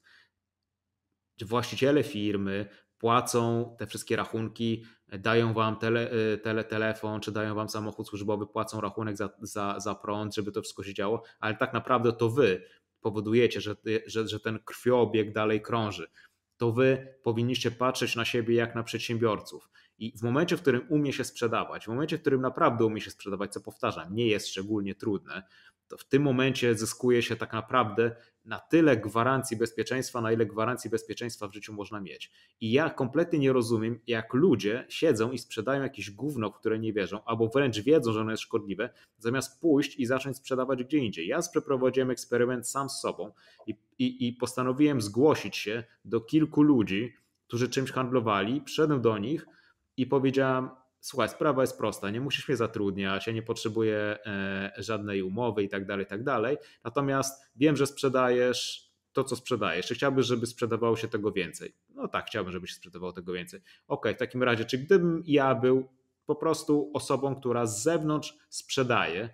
Właściciele firmy płacą te wszystkie rachunki, dają wam telefon, czy dają wam samochód służbowy, płacą rachunek za prąd, żeby to wszystko się działo, ale tak naprawdę to wy powodujecie, że ten krwiobieg dalej krąży. To wy powinniście patrzeć na siebie jak na przedsiębiorców. I w momencie, w którym umie się sprzedawać, w momencie, w którym naprawdę umie się sprzedawać, co powtarzam, nie jest szczególnie trudne, to w tym momencie zyskuje się tak naprawdę na tyle gwarancji bezpieczeństwa, na ile gwarancji bezpieczeństwa w życiu można mieć. I ja kompletnie nie rozumiem, jak ludzie siedzą i sprzedają jakieś gówno, w które nie wierzą, albo wręcz wiedzą, że ono jest szkodliwe, zamiast pójść i zacząć sprzedawać gdzie indziej. Ja przeprowadziłem eksperyment sam z sobą i postanowiłem zgłosić się do kilku ludzi, którzy czymś handlowali, przyszedłem do nich i powiedziałem, słuchaj, sprawa jest prosta, nie musisz mnie zatrudniać, ja nie potrzebuję żadnej umowy i tak dalej, natomiast wiem, że sprzedajesz to, co sprzedajesz. Czy chciałbyś, żeby sprzedawało się tego więcej? No tak, chciałbym, żeby się sprzedawało tego więcej. Okej, w takim razie, czy gdybym ja był po prostu osobą, która z zewnątrz sprzedaje,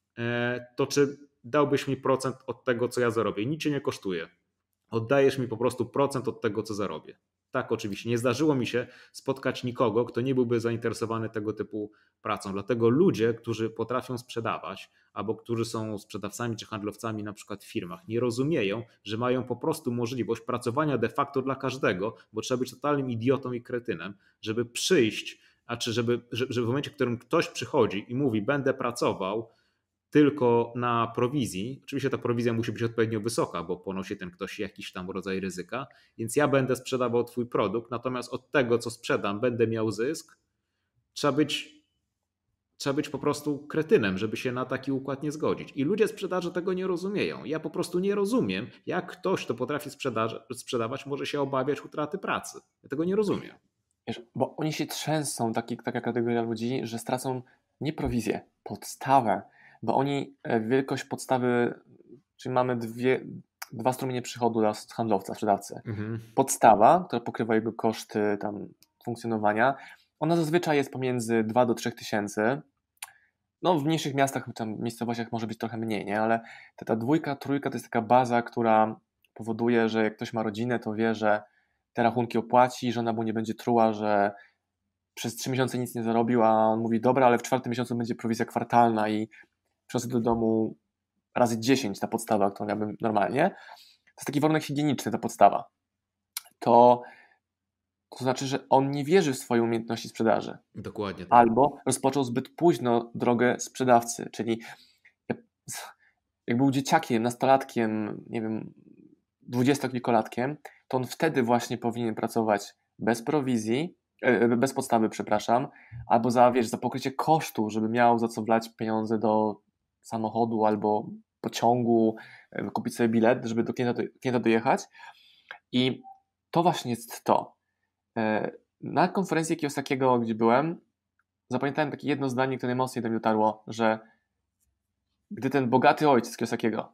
to czy dałbyś mi procent od tego, co ja zarobię? Nic cię nie kosztuje. Oddajesz mi po prostu procent od tego, co zarobię. Tak, oczywiście. Nie zdarzyło mi się spotkać nikogo, kto nie byłby zainteresowany tego typu pracą. Dlatego ludzie, którzy potrafią sprzedawać, albo którzy są sprzedawcami czy handlowcami na przykład w firmach, nie rozumieją, że mają po prostu możliwość pracowania de facto dla każdego, bo trzeba być totalnym idiotą i kretynem, żeby przyjść, żeby w momencie, w którym ktoś przychodzi i mówi, będę pracował tylko na prowizji, oczywiście ta prowizja musi być odpowiednio wysoka, bo ponosi ten ktoś jakiś tam rodzaj ryzyka, więc ja będę sprzedawał twój produkt, natomiast od tego, co sprzedam, będę miał zysk, trzeba być po prostu kretynem, żeby się na taki układ nie zgodzić. I ludzie sprzedaży tego nie rozumieją. Ja po prostu nie rozumiem, jak ktoś, kto potrafi sprzedawać, może się obawiać utraty pracy. Ja tego nie rozumiem. Wiesz, bo oni się trzęsą, taka kategoria ludzi, że stracą nie prowizję, podstawę, bo oni wielkość podstawy, czyli mamy dwa strumienie przychodu dla handlowca, sprzedawcy. Podstawa, która pokrywa jego koszty tam funkcjonowania, ona zazwyczaj jest pomiędzy 2 do 3 tysięcy. No w mniejszych miastach, tam miejscowościach może być trochę mniej, nie? Ale ta dwójka, trójka to jest taka baza, która powoduje, że jak ktoś ma rodzinę, to wie, że te rachunki opłaci, żona mu nie będzie truła, że przez 3 miesiące nic nie zarobił, a on mówi, dobra, ale w 4. miesiącu będzie prowizja kwartalna i przyniosę do domu razy 10 ta podstawa, którą miałbym normalnie. To jest taki warunek higieniczny, ta podstawa. To znaczy, że on nie wierzy w swoje umiejętności sprzedaży. Dokładnie. Albo rozpoczął zbyt późno drogę sprzedawcy, czyli jak był dzieciakiem, nastolatkiem, nie wiem, 20-kilkolatkiem, to on wtedy właśnie powinien pracować bez prowizji, bez podstawy, przepraszam, albo za, wiesz, za pokrycie kosztu, żeby miał za co wlać pieniądze do samochodu albo pociągu, kupić sobie bilet, żeby do klienta dojechać. I to właśnie jest to. Na konferencji Kiyosakiego, gdzie byłem, zapamiętałem takie jedno zdanie, które najmocniej do mnie dotarło, że gdy ten bogaty ojciec Kiyosakiego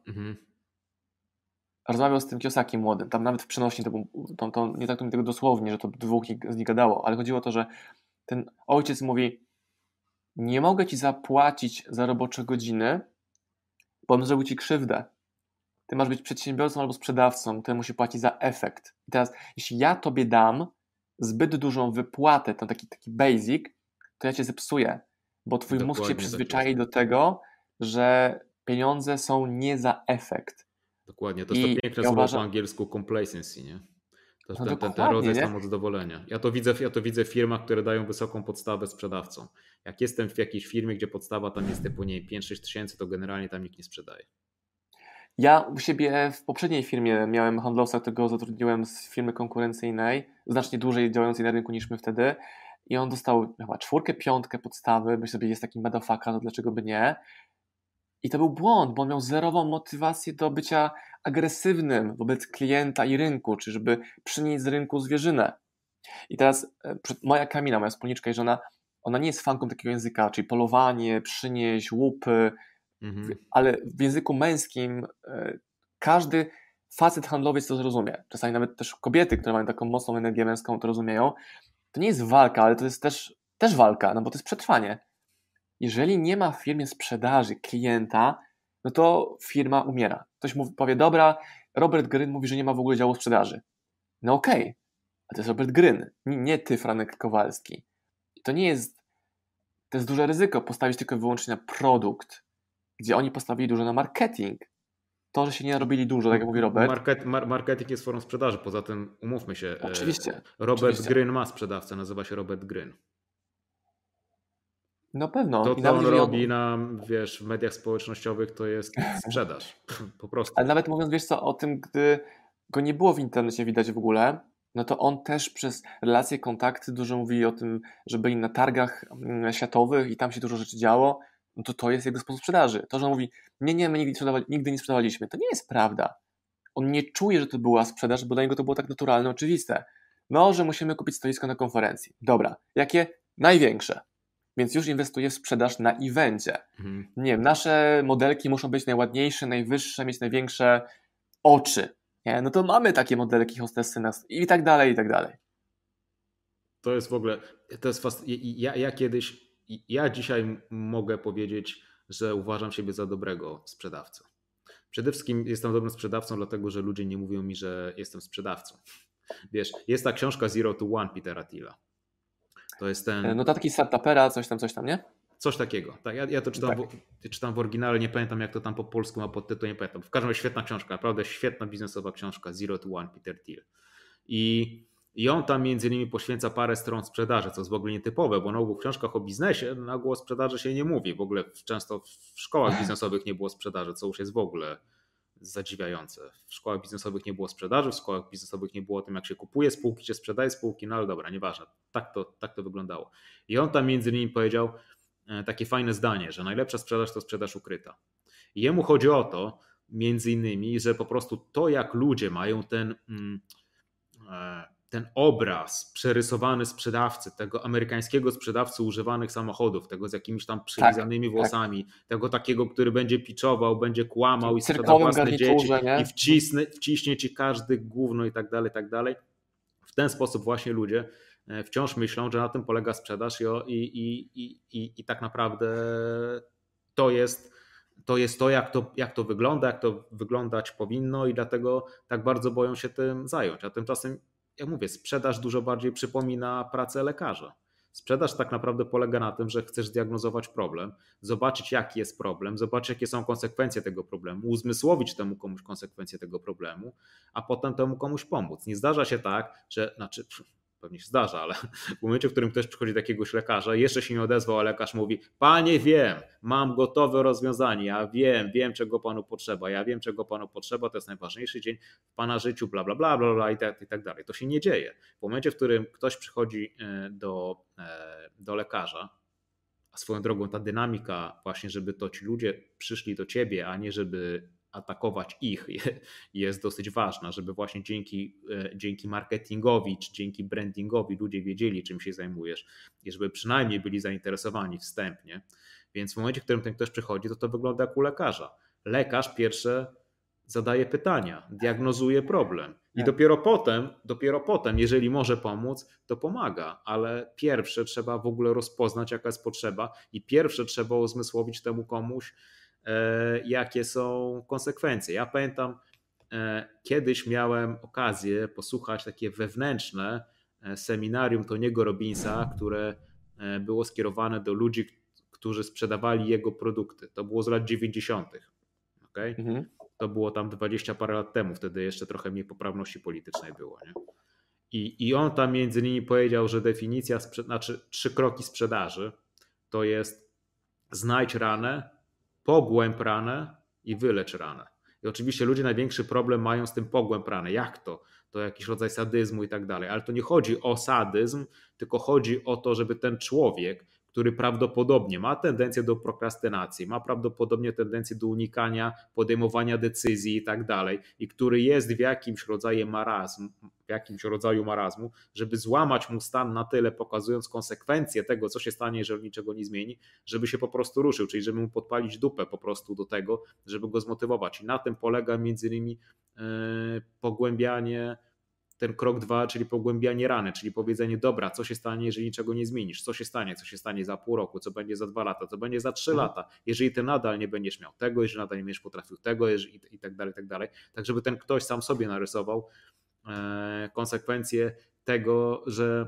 rozmawiał z tym Kiyosakiem młodym, tam nawet w przenośni to nie traktuję tego dosłownie, że to dwóch z nich gadało, ale chodziło o to, że ten ojciec mówi: nie mogę ci zapłacić za robocze godziny, bo on zrobił ci krzywdę. Ty masz być przedsiębiorcą albo sprzedawcą, który musi płacić za efekt. I teraz, jeśli ja tobie dam zbyt dużą wypłatę, to taki basic, to ja cię zepsuję, bo twój mózg się przyzwyczai do tego, że pieniądze są nie za efekt. Dokładnie, to jest to piękne słowo po angielsku complacency, nie? To ten rodzaj samozadowolenia. Ja to widzę w firmach, które dają wysoką podstawę sprzedawcom. Jak jestem w jakiejś firmie, gdzie podstawa tam jest typu 5-6 tysięcy, to generalnie tam nikt nie sprzedaje. Ja u siebie w poprzedniej firmie miałem handlowca, którego zatrudniłem z firmy konkurencyjnej, znacznie dłużej działającej na rynku niż my wtedy, i on dostał chyba 4, 5 podstawy, myślę sobie, jest taki motherfucker, to dlaczego by nie? I to był błąd, bo on miał zerową motywację do bycia agresywnym wobec klienta i rynku, czy żeby przynieść z rynku zwierzynę. I teraz moja Kamila, moja wspólniczka i żona, ona nie jest fanką takiego języka, czyli polowanie, przynieść, łupy, ale w języku męskim każdy facet handlowiec to zrozumie. Czasami nawet też kobiety, które mają taką mocną energię męską, to rozumieją. To nie jest walka, ale to jest też walka, no bo to jest przetrwanie. Jeżeli nie ma w firmie sprzedaży klienta, no to firma umiera. Ktoś powie: dobra, Robert Gryn mówi, że nie ma w ogóle działu sprzedaży. No okej, a to jest Robert Gryn, nie ty, Franek Kowalski. I to jest duże ryzyko postawić tylko i wyłącznie na produkt, gdzie oni postawili dużo na marketing. To, że się nie narobili dużo, tak jak mówi Robert. Marketing jest formą sprzedaży, poza tym umówmy się. Oczywiście. Robert Gryn ma sprzedawcę, nazywa się Robert Gryn. No pewno. To, co on robi w mediach społecznościowych, to jest sprzedaż. Po prostu. Ale nawet mówiąc, o tym, gdy go nie było w internecie widać w ogóle, no to on też przez relacje, kontakty dużo mówi o tym, że byli na targach światowych i tam się dużo rzeczy działo, no to jest jego sposób sprzedaży. To, że on mówi: nie, my nigdy nie sprzedawaliśmy, to nie jest prawda. On nie czuje, że to była sprzedaż, bo dla niego to było tak naturalne, oczywiste. No, że musimy kupić stoisko na konferencji. Dobra, jakie? Największe. Więc już inwestuje w sprzedaż na evencie. Nie wiem, nasze modelki muszą być najładniejsze, najwyższe, mieć największe oczy. Nie? No to mamy takie modelki, hostessy i tak dalej, i tak dalej. To jest w ogóle, to jest ja dzisiaj mogę powiedzieć, że uważam siebie za dobrego sprzedawcę. Przede wszystkim jestem dobrym sprzedawcą, dlatego że ludzie nie mówią mi, że jestem sprzedawcą. Wiesz, jest ta książka Zero to One Petera Thiela. To jest ten... Notatki startupera, coś tam, nie? Coś takiego. Tak, ja to czytam, czytam w oryginale, nie pamiętam jak to tam po polsku ma podtytuł, nie pamiętam. W każdym razie świetna książka, naprawdę świetna biznesowa książka Zero to One Peter Thiel. I on tam między innymi poświęca parę stron sprzedaży, co jest w ogóle nietypowe, bo na ogół w książkach o biznesie na ogół o sprzedaży się nie mówi. W ogóle często w szkołach biznesowych nie było sprzedaży, co już jest w ogóle zadziwiające. W szkołach biznesowych nie było sprzedaży, w szkołach biznesowych nie było o tym, jak się kupuje spółki, czy sprzedaje spółki, no ale dobra, nieważne. Tak to wyglądało. I on tam między innymi powiedział takie fajne zdanie, że najlepsza sprzedaż to sprzedaż ukryta. I jemu chodzi o to, między innymi, że po prostu to, jak ludzie mają ten obraz przerysowany sprzedawcy, tego amerykańskiego sprzedawcy używanych samochodów, tego z jakimiś tam przylizanymi włosami, tego takiego, który będzie pitchował, będzie kłamał i sprzeda własne dzieci i wciśnie ci każdy gówno i tak dalej. W ten sposób właśnie ludzie wciąż myślą, że na tym polega sprzedaż i tak naprawdę to jest to, jak to wygląda, jak to wyglądać powinno i dlatego tak bardzo boją się tym zająć. A tymczasem, jak mówię, sprzedaż dużo bardziej przypomina pracę lekarza. Sprzedaż tak naprawdę polega na tym, że chcesz zdiagnozować problem, zobaczyć jaki jest problem, zobaczyć jakie są konsekwencje tego problemu, uzmysłowić temu komuś konsekwencje tego problemu, a potem temu komuś pomóc. Nie zdarza się tak, że pewnie się zdarza, ale w momencie, w którym ktoś przychodzi do jakiegoś lekarza, jeszcze się nie odezwał, a lekarz mówi: panie, wiem, mam gotowe rozwiązanie, ja wiem czego panu potrzeba, to jest najważniejszy dzień w pana życiu, bla, bla, bla, bla, bla i tak dalej. To się nie dzieje. W momencie, w którym ktoś przychodzi do lekarza, a swoją drogą ta dynamika właśnie, żeby to ci ludzie przyszli do ciebie, a nie żeby atakować ich, jest dosyć ważna, żeby właśnie dzięki marketingowi czy dzięki brandingowi ludzie wiedzieli, czym się zajmujesz i żeby przynajmniej byli zainteresowani wstępnie. Więc w momencie, w którym ten ktoś przychodzi, to wygląda jak u lekarza. Lekarz pierwsze zadaje pytania, diagnozuje problem i dopiero potem, jeżeli może pomóc, to pomaga, ale pierwsze trzeba w ogóle rozpoznać, jaka jest potrzeba i pierwsze trzeba uzmysłowić temu komuś, jakie są konsekwencje. Ja pamiętam, kiedyś miałem okazję posłuchać takie wewnętrzne seminarium Tony'ego Robbinsa, które było skierowane do ludzi, którzy sprzedawali jego produkty. To było z lat 90. Okay? To było tam 20 parę lat temu, wtedy jeszcze trochę mniej poprawności politycznej było. Nie? I on tam między innymi powiedział, że definicja, znaczy 3 kroki sprzedaży to jest: znajdź ranę, pogłęb ranę i wylecz ranę. I oczywiście ludzie największy problem mają z tym pogłęb ranę. Jak to? To jakiś rodzaj sadyzmu i tak dalej. Ale to nie chodzi o sadyzm, tylko chodzi o to, żeby ten człowiek, który prawdopodobnie ma tendencję do prokrastynacji, ma prawdopodobnie tendencję do unikania podejmowania decyzji i tak dalej, i który jest w jakimś rodzaju marazmu, żeby złamać mu stan na tyle, pokazując konsekwencje tego, co się stanie, jeżeli niczego nie zmieni, żeby się po prostu ruszył, czyli żeby mu podpalić dupę po prostu do tego, żeby go zmotywować. I na tym polega między innymi pogłębianie, ten krok 2, czyli pogłębianie rany, czyli powiedzenie: dobra, co się stanie, jeżeli niczego nie zmienisz, co się stanie za pół roku, co będzie za 2 lata, co będzie za 3 lata, jeżeli ty nadal nie będziesz miał tego, jeżeli nadal nie będziesz potrafił tego, i tak dalej, tak żeby ten ktoś sam sobie narysował konsekwencje tego,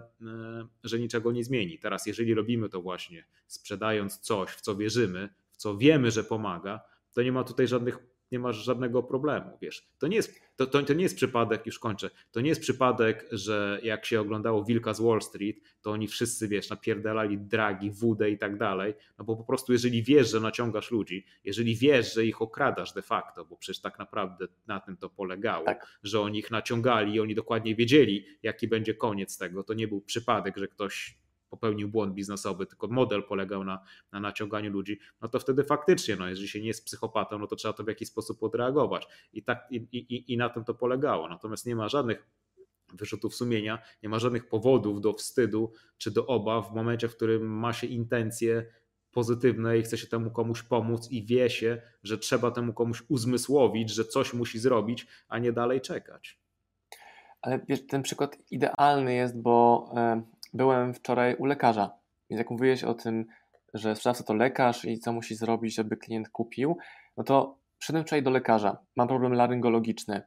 że niczego nie zmieni. Teraz jeżeli robimy to właśnie sprzedając coś, w co wierzymy, w co wiemy, że pomaga, to nie masz żadnego problemu, wiesz. To nie jest przypadek, już kończę, to nie jest przypadek, że jak się oglądało Wilka z Wall Street, to oni wszyscy, wiesz, napierdalali dragi, wódę i tak dalej, no bo po prostu jeżeli wiesz, że naciągasz ludzi, jeżeli wiesz, że ich okradasz de facto, bo przecież tak naprawdę na tym to polegało, tak, że oni ich naciągali i oni dokładnie wiedzieli, jaki będzie koniec tego, to nie był przypadek, że ktoś popełnił błąd biznesowy, tylko model polegał na naciąganiu ludzi, no to wtedy faktycznie, no jeżeli się nie jest psychopatą, no to trzeba to w jakiś sposób odreagować. I na tym to polegało. Natomiast nie ma żadnych wyrzutów sumienia, nie ma żadnych powodów do wstydu czy do obaw w momencie, w którym ma się intencje pozytywne i chce się temu komuś pomóc i wie się, że trzeba temu komuś uzmysłowić, że coś musi zrobić, a nie dalej czekać. Ale wiesz, ten przykład idealny jest, bo byłem wczoraj u lekarza. Więc jak mówiłeś o tym, że sprzedawca to lekarz i co musi zrobić, żeby klient kupił, no to przyszedłem wczoraj do lekarza. Mam problem laryngologiczny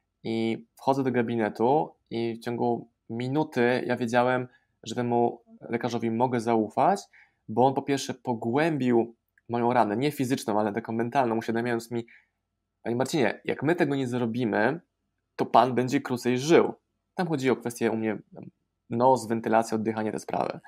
i wchodzę do gabinetu i w ciągu minuty ja wiedziałem, że temu lekarzowi mogę zaufać, bo on po pierwsze pogłębił moją ranę, nie fizyczną, ale taką mentalną, uświadamiając mi: panie Marcinie, jak my tego nie zrobimy, to pan będzie krócej żył. Tam chodzi o kwestię u mnie nos, wentylacja, oddychanie, te sprawy.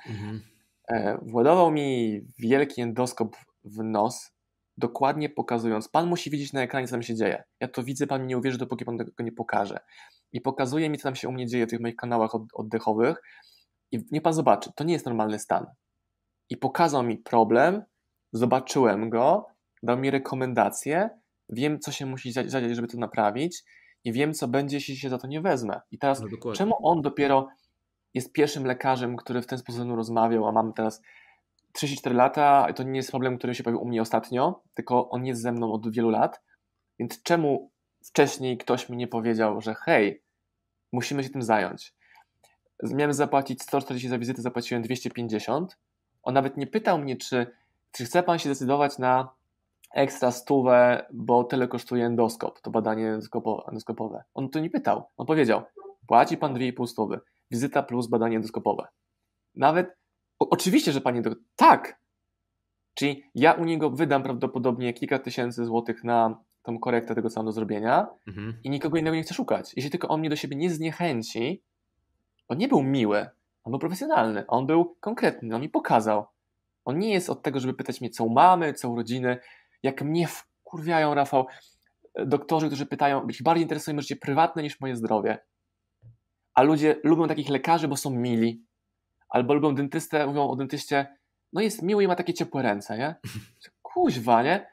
Władował mi wielki endoskop w nos, dokładnie pokazując: pan musi widzieć na ekranie, co tam się dzieje. Ja to widzę, pan mi nie uwierzy, dopóki pan tego nie pokaże. I pokazuje mi, co tam się u mnie dzieje w tych moich kanałach oddechowych i niech pan zobaczy, to nie jest normalny stan. I pokazał mi problem, zobaczyłem go, dał mi rekomendacje, wiem, co się musi zadziać, żeby to naprawić i wiem, co będzie, jeśli się za to nie wezmę. I teraz, czemu on dopiero jest pierwszym lekarzem, który w ten sposób ze mną rozmawiał, a mam teraz 34 lata i to nie jest problem, który się pojawił u mnie ostatnio, tylko on jest ze mną od wielu lat, więc czemu wcześniej ktoś mi nie powiedział, że hej, musimy się tym zająć. Miałem zapłacić 140 za wizytę, zapłaciłem 250. On nawet nie pytał mnie, czy chce pan się decydować na ekstra 100, bo tyle kosztuje endoskop, to badanie endoskopowe. On to nie pytał. On powiedział: płaci pan 2,5 stówy, wizyta plus badanie endoskopowe. Nawet, oczywiście, że panie doktor, tak. Czyli ja u niego wydam prawdopodobnie kilka tysięcy złotych na tą korektę tego, co mam do zrobienia i nikogo innego nie chcę szukać. Jeśli tylko on mnie do siebie nie zniechęci, on nie był miły, on był profesjonalny, on był konkretny, on mi pokazał. On nie jest od tego, żeby pytać mnie, co u mamy, co u rodziny. Jak mnie wkurwiają, Rafał, doktorzy, którzy pytają, ich bardziej interesuje moje życie prywatne niż moje zdrowie. A ludzie lubią takich lekarzy, bo są mili. Albo lubią dentystę, mówią o dentyście, no jest miły i ma takie ciepłe ręce, nie? Kuźwa, nie?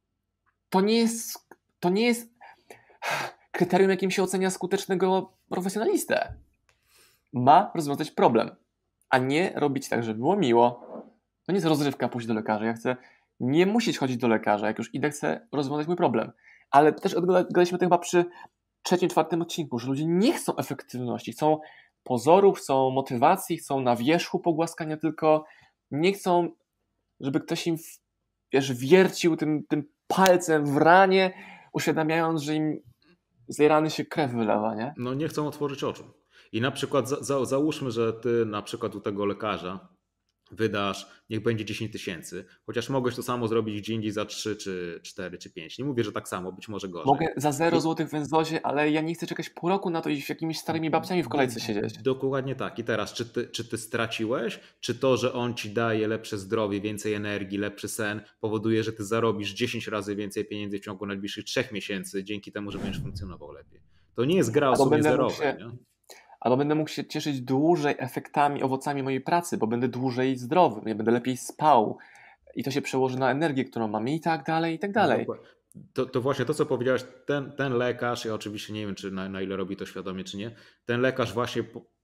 To nie jest kryterium, jakim się ocenia skutecznego profesjonalistę. Ma rozwiązać problem, a nie robić tak, żeby było miło. To nie jest rozrywka pójść do lekarza. Ja chcę nie musieć chodzić do lekarza. Jak już idę, chcę rozwiązać mój problem. Ale też gadaliśmy o tym chyba przy 3., 4. odcinku, że ludzie nie chcą efektywności. Chcą pozorów, chcą motywacji, chcą na wierzchu pogłaskania tylko. Nie chcą, żeby ktoś im wiercił tym palcem w ranie, uświadamiając, że im z tej rany się krew wylewa, nie? No nie chcą otworzyć oczu. I na przykład załóżmy, że ty na przykład u tego lekarza wydasz, niech będzie 10 000, chociaż mogłeś to samo zrobić gdzie indziej za 3, czy 4, czy 5. Nie mówię, że tak samo, być może gorzej. Mogę za 0 zł w węzłozie, ale ja nie chcę czekać pół roku na to i z jakimiś starymi babciami w kolejce siedzieć. Dokładnie tak. I teraz, czy ty straciłeś, czy to, że on ci daje lepsze zdrowie, więcej energii, lepszy sen, powoduje, że ty zarobisz 10 razy więcej pieniędzy w ciągu najbliższych 3 miesięcy, dzięki temu, że będziesz funkcjonował lepiej. To nie jest gra o sumie zerowej. Albo będę mógł się cieszyć dłużej efektami, owocami mojej pracy, bo będę dłużej zdrowy, ja będę lepiej spał i to się przełoży na energię, którą mam i tak dalej, i tak dalej. To właśnie to, co powiedziałeś, ten lekarz, ja oczywiście nie wiem, czy na ile robi to świadomie, czy nie, ten lekarz właśnie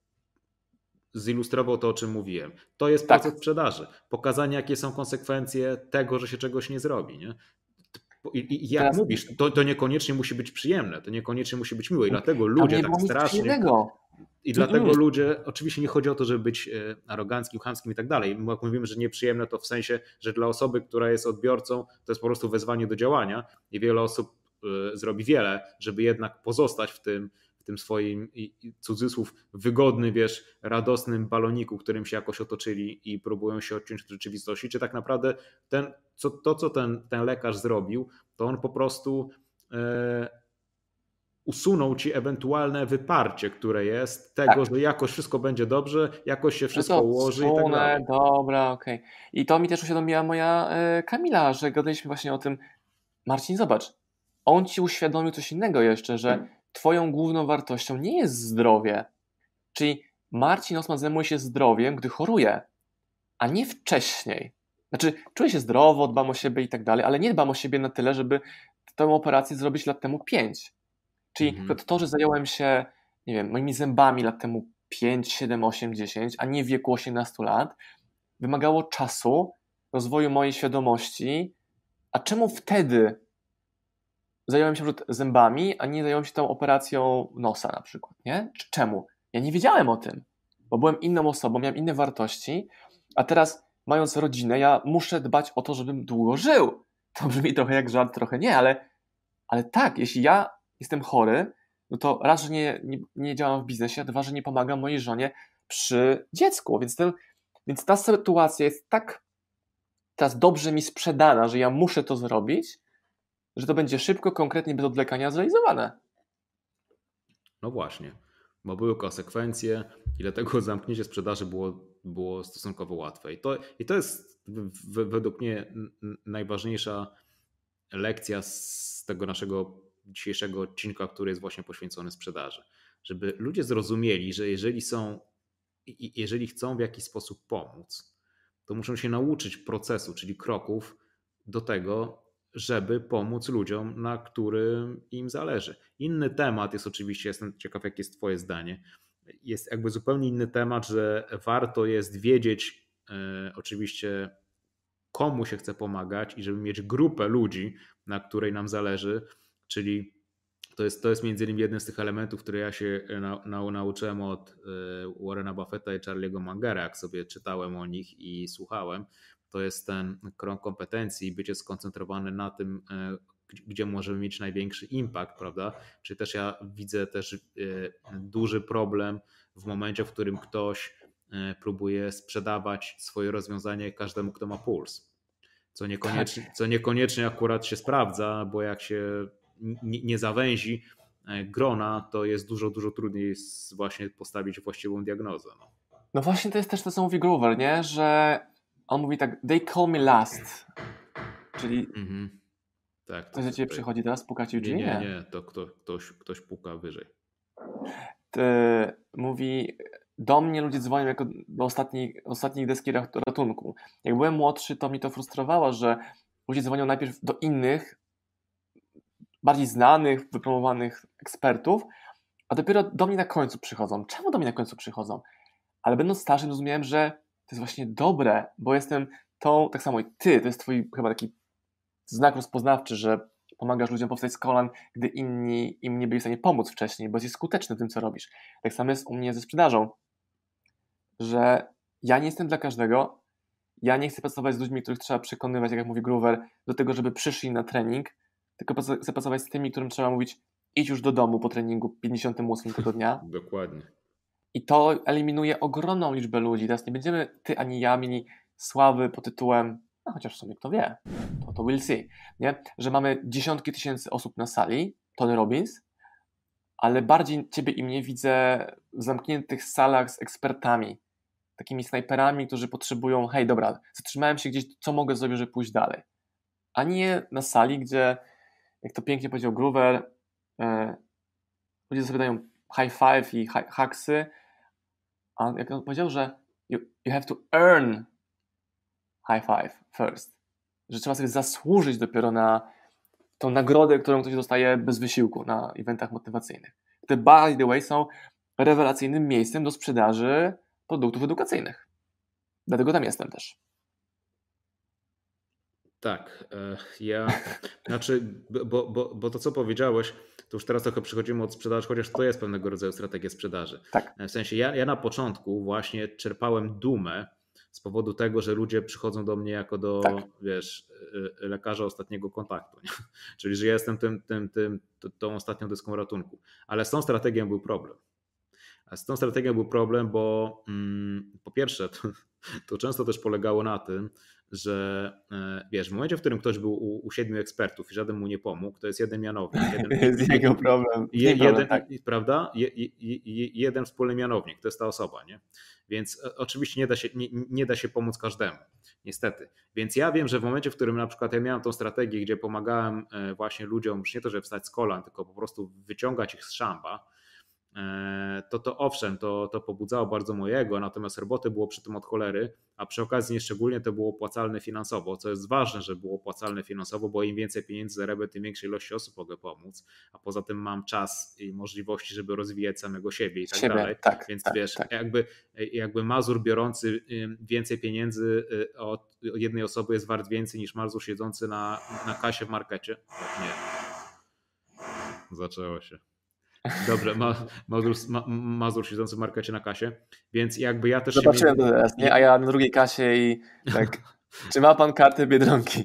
zilustrował to, o czym mówiłem. To jest proces sprzedaży. Pokazanie, jakie są konsekwencje tego, że się czegoś nie zrobi. Nie? I jak teraz mówisz, to niekoniecznie musi być przyjemne, to niekoniecznie musi być miłe i dlatego ludzie tak strasznie... I dlatego ludzie, oczywiście nie chodzi o to, żeby być aroganckim, chamskim i tak dalej. Jak mówimy, że nieprzyjemne, to w sensie, że dla osoby, która jest odbiorcą, to jest po prostu wezwanie do działania i wiele osób zrobi wiele, żeby jednak pozostać w tym swoim, cudzysłów, wygodnym, radosnym baloniku, którym się jakoś otoczyli i próbują się odciąć od rzeczywistości. Czy tak naprawdę co ten lekarz zrobił, to on po prostu... usunął ci ewentualne wyparcie, które jest tego, że jakoś wszystko będzie dobrze, jakoś się wszystko ułoży i tak dalej. Dobra, okej. I to mi też uświadomiła moja Kamila, że gadaliśmy właśnie o tym. Marcin, zobacz, on ci uświadomił coś innego jeszcze, że twoją główną wartością nie jest zdrowie. Czyli Marcin Osman zajmuje się zdrowiem, gdy choruje, a nie wcześniej. Znaczy, czuję się zdrowo, dbam o siebie i tak dalej, ale nie dbam o siebie na tyle, żeby tę operację zrobić lat temu 5. Czyli to, że zająłem się, nie wiem, moimi zębami lat temu 5, 7, 8, 10, a nie w wieku 18 lat, wymagało czasu, rozwoju mojej świadomości. A czemu wtedy zająłem się zębami, a nie zająłem się tą operacją nosa na przykład, nie? Czemu? Ja nie wiedziałem o tym, bo byłem inną osobą, miałem inne wartości, a teraz mając rodzinę, ja muszę dbać o to, żebym długo żył. To brzmi trochę jak żart, trochę nie, ale tak, jeśli ja jestem chory, no to raz, że nie działam w biznesie, a dwa, że nie pomagam mojej żonie przy dziecku. Więc ta sytuacja jest tak teraz dobrze mi sprzedana, że ja muszę to zrobić, że to będzie szybko, konkretnie, bez odwlekania zrealizowane. No właśnie, bo były konsekwencje i dlatego zamknięcie sprzedaży było stosunkowo łatwe. I to jest według mnie najważniejsza lekcja z tego naszego dzisiejszego odcinka, który jest właśnie poświęcony sprzedaży. Żeby ludzie zrozumieli, że jeżeli chcą w jakiś sposób pomóc, to muszą się nauczyć procesu, czyli kroków do tego, żeby pomóc ludziom, na którym im zależy. Inny temat jest oczywiście, jestem ciekaw, jakie jest twoje zdanie, jest jakby zupełnie inny temat, że warto jest wiedzieć oczywiście, komu się chce pomagać i żeby mieć grupę ludzi, na której nam zależy, czyli to jest między innymi jeden z tych elementów, które ja się nauczyłem od Warrena Buffetta i Charlie'ego Mangera, jak sobie czytałem o nich i słuchałem. To jest ten krąg kompetencji, bycie skoncentrowany na tym, gdzie możemy mieć największy impact, prawda? Czy też ja widzę też duży problem w momencie, w którym ktoś próbuje sprzedawać swoje rozwiązanie każdemu, kto ma puls. Co niekoniecznie akurat się sprawdza, bo jak się nie zawęzi grona, to jest dużo, dużo trudniej właśnie postawić właściwą diagnozę. No właśnie to jest też to, co mówi Groover, nie? Że on mówi tak, they call me last. Czyli Tak, ktoś do ciebie przychodzi teraz, puka ci w drzwi? Nie, to ktoś puka wyżej. Mówi, do mnie ludzie dzwonią jako do ostatniej deski ratunku. Jak byłem młodszy, to mi to frustrowało, że ludzie dzwonią najpierw do innych, bardziej znanych, wypromowanych ekspertów, a dopiero do mnie na końcu przychodzą. Czemu do mnie na końcu przychodzą? Ale będąc starszym zrozumiałem, że to jest właśnie dobre, bo jestem tak samo jak ty, to jest twój chyba taki znak rozpoznawczy, że pomagasz ludziom powstać z kolan, gdy inni im nie byli w stanie pomóc wcześniej, bo jesteś skuteczny w tym, co robisz. Tak samo jest u mnie ze sprzedażą, że ja nie jestem dla każdego, ja nie chcę pracować z ludźmi, których trzeba przekonywać, jak mówi Groover, do tego, żeby przyszli na trening, tylko chcę pracować z tymi, którym trzeba mówić, idź już do domu po treningu 58 tego dnia. Dokładnie. I to eliminuje ogromną liczbę ludzi. Teraz nie będziemy ty ani ja mieli sławy pod tytułem, no chociaż w sumie kto wie, to we'll see, nie? Że mamy dziesiątki tysięcy osób na sali, Tony Robbins, ale bardziej ciebie i mnie widzę w zamkniętych salach z ekspertami, takimi snajperami, którzy potrzebują, hej dobra, zatrzymałem się gdzieś, co mogę zrobić, żeby pójść dalej. A nie na sali, gdzie, jak to pięknie powiedział Groover, ludzie sobie dają high five i hacksy, a jak on powiedział, że you have to earn high five first, że trzeba sobie zasłużyć dopiero na tą nagrodę, którą ktoś dostaje bez wysiłku na eventach motywacyjnych. Te by the way są rewelacyjnym miejscem do sprzedaży produktów edukacyjnych. Dlatego tam jestem też. Tak, bo to co powiedziałeś, to już teraz trochę przechodzimy od sprzedaży, chociaż to jest pewnego rodzaju strategia sprzedaży. Tak. W sensie ja na początku właśnie czerpałem dumę z powodu tego, że ludzie przychodzą do mnie jako do, lekarza ostatniego kontaktu. Nie? Czyli, że ja jestem tą ostatnią deską ratunku. Ale z tą strategią był problem. A z tą strategią był problem, bo po pierwsze, to często też polegało na tym, że w momencie, w którym ktoś był u 7 ekspertów i żaden mu nie pomógł, to jest jeden mianownik. Jest jego problem. Tak. Prawda? Jeden wspólny mianownik, to jest ta osoba. Nie? Więc oczywiście nie da się pomóc każdemu, niestety. Więc ja wiem, że w momencie, w którym na przykład ja miałem tą strategię, gdzie pomagałem właśnie ludziom, już nie to, żeby wstać z kolan, tylko po prostu wyciągać ich z szamba, to owszem, to pobudzało bardzo mojego, natomiast roboty było przy tym od cholery, a przy okazji nieszczególnie to było opłacalne finansowo, co jest ważne, że było opłacalne finansowo, bo im więcej pieniędzy zarabiam, tym większej ilości osób mogę pomóc, a poza tym mam czas i możliwości, żeby rozwijać samego siebie i tak dalej. Tak, więc tak. Jakby Mazur biorący więcej pieniędzy od jednej osoby jest wart więcej niż Mazur siedzący na kasie w markecie. Nie. Zaczęło się. Dobrze, Mazur siedzący w markecie na kasie, więc jakby ja też... Zobaczyłem to teraz, nie? A ja na drugiej kasie i tak, czy ma pan kartę Biedronki?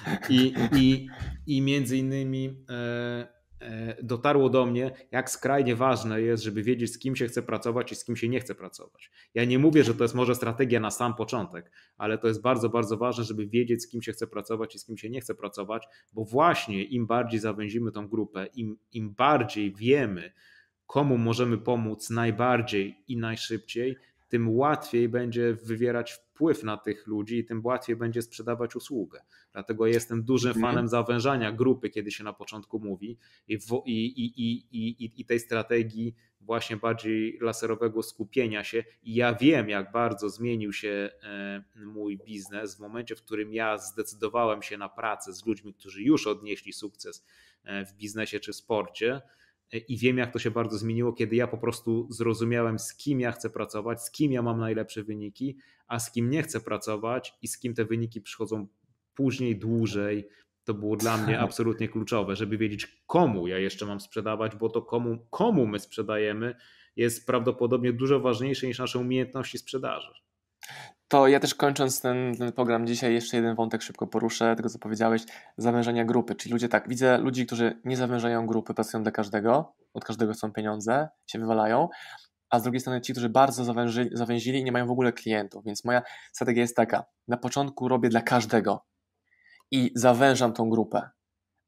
I między innymi dotarło do mnie, jak skrajnie ważne jest, żeby wiedzieć, z kim się chce pracować i z kim się nie chce pracować. Ja nie mówię, że to jest może strategia na sam początek, ale to jest bardzo, bardzo ważne, żeby wiedzieć, z kim się chce pracować i z kim się nie chce pracować, bo właśnie im bardziej zawęzimy tą grupę, im bardziej wiemy, komu możemy pomóc najbardziej i najszybciej, tym łatwiej będzie wywierać wpływ na tych ludzi i tym łatwiej będzie sprzedawać usługę. Dlatego jestem dużym fanem zawężania grupy, kiedy się na początku mówi i tej strategii właśnie bardziej laserowego skupienia się. I ja wiem, jak bardzo zmienił się mój biznes w momencie, w którym ja zdecydowałem się na pracę z ludźmi, którzy już odnieśli sukces w biznesie czy sporcie. I wiem, jak to się bardzo zmieniło, kiedy ja po prostu zrozumiałem, z kim ja chcę pracować, z kim ja mam najlepsze wyniki, a z kim nie chcę pracować i z kim te wyniki przychodzą później, dłużej. To było dla mnie absolutnie kluczowe, żeby wiedzieć, komu ja jeszcze mam sprzedawać, bo to komu my sprzedajemy, jest prawdopodobnie dużo ważniejsze niż nasze umiejętności sprzedaży. To ja też kończąc ten program dzisiaj jeszcze jeden wątek szybko poruszę, tego co powiedziałeś, zawężenia grupy, czyli widzę ludzi, którzy nie zawężają grupy, pracują dla każdego, od każdego chcą pieniądze, się wywalają, a z drugiej strony ci, którzy bardzo zawęzili i nie mają w ogóle klientów, więc moja strategia jest taka, na początku robię dla każdego i zawężam tą grupę,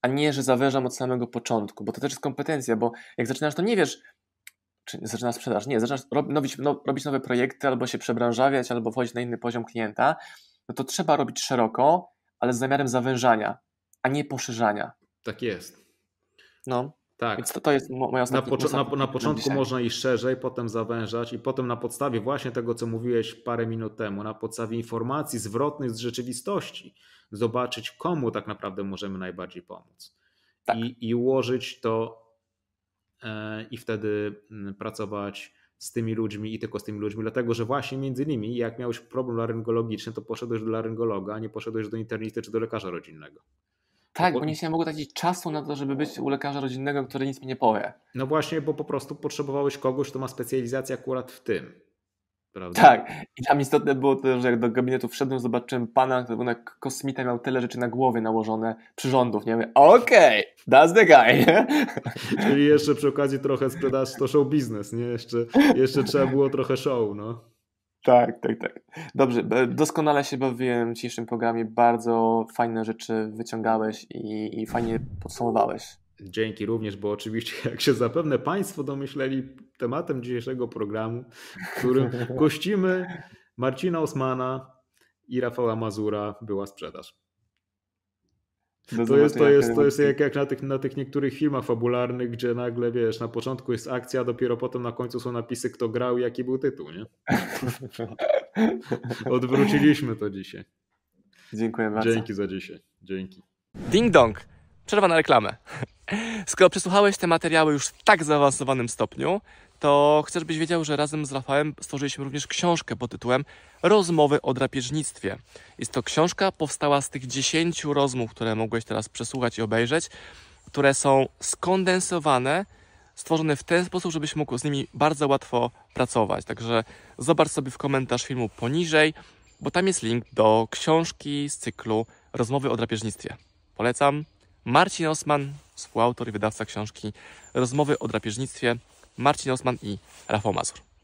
a nie, że zawężam od samego początku, bo to też jest kompetencja, bo jak zaczynasz, to nie wiesz, czy zaczynasz sprzedaż, nie, zaczynasz robić nowe projekty, albo się przebranżawiać, albo wchodzić na inny poziom klienta, no to trzeba robić szeroko, ale z zamiarem zawężania, a nie poszerzania. Tak jest. No, tak. Więc to jest moja ostatnia. Na początku można iść szerzej, potem zawężać i potem na podstawie właśnie tego, co mówiłeś parę minut temu, na podstawie informacji zwrotnych z rzeczywistości, zobaczyć, komu tak naprawdę możemy najbardziej pomóc. Tak. I ułożyć to i wtedy pracować z tymi ludźmi i tylko z tymi ludźmi, dlatego że właśnie między innymi jak miałeś problem laryngologiczny, to poszedłeś do laryngologa, a nie poszedłeś do internisty czy do lekarza rodzinnego. Tak, bo nie mogło tracić czasu na to, żeby być u lekarza rodzinnego, który nic mi nie powie. No właśnie, bo po prostu potrzebowałeś kogoś, kto ma specjalizację akurat w tym. Prawda? Tak, i tam istotne było to, że jak do gabinetu wszedłem, zobaczyłem pana, który jak kosmita miał tyle rzeczy na głowie nałożone przyrządów, nie? Okej, that's the guy. Czyli jeszcze przy okazji trochę sprzedaż to show biznes, nie? Jeszcze trzeba było trochę show, no. Tak. Dobrze, doskonale się bawiłem w dzisiejszym programie, bardzo fajne rzeczy wyciągałeś i fajnie podsumowałeś. Dzięki również, bo oczywiście, jak się zapewne Państwo domyśleli, tematem dzisiejszego programu, w którym gościmy Marcina Osmana i Rafała Mazura, była sprzedaż. To jest jak na tych niektórych filmach fabularnych, gdzie nagle, wiesz, na początku jest akcja, a dopiero potem na końcu są napisy, kto grał i jaki był tytuł, nie? Odwróciliśmy to dzisiaj. Dziękuję bardzo. Dzięki za dzisiaj. Dzięki. Ding dong. Przerwa na reklamę. Skoro przesłuchałeś te materiały już w tak zaawansowanym stopniu, to chcę, żebyś wiedział, że razem z Rafałem stworzyliśmy również książkę pod tytułem Rozmowy o drapieżnictwie. Jest to książka powstała z tych 10 rozmów, które mogłeś teraz przesłuchać i obejrzeć, które są skondensowane, stworzone w ten sposób, żebyś mógł z nimi bardzo łatwo pracować. Także zobacz sobie w komentarz filmu poniżej, bo tam jest link do książki z cyklu Rozmowy o drapieżnictwie. Polecam. Marcin Osman, współautor i wydawca książki Rozmowy o drapieżnictwie, Marcin Osman i Rafał Mazur.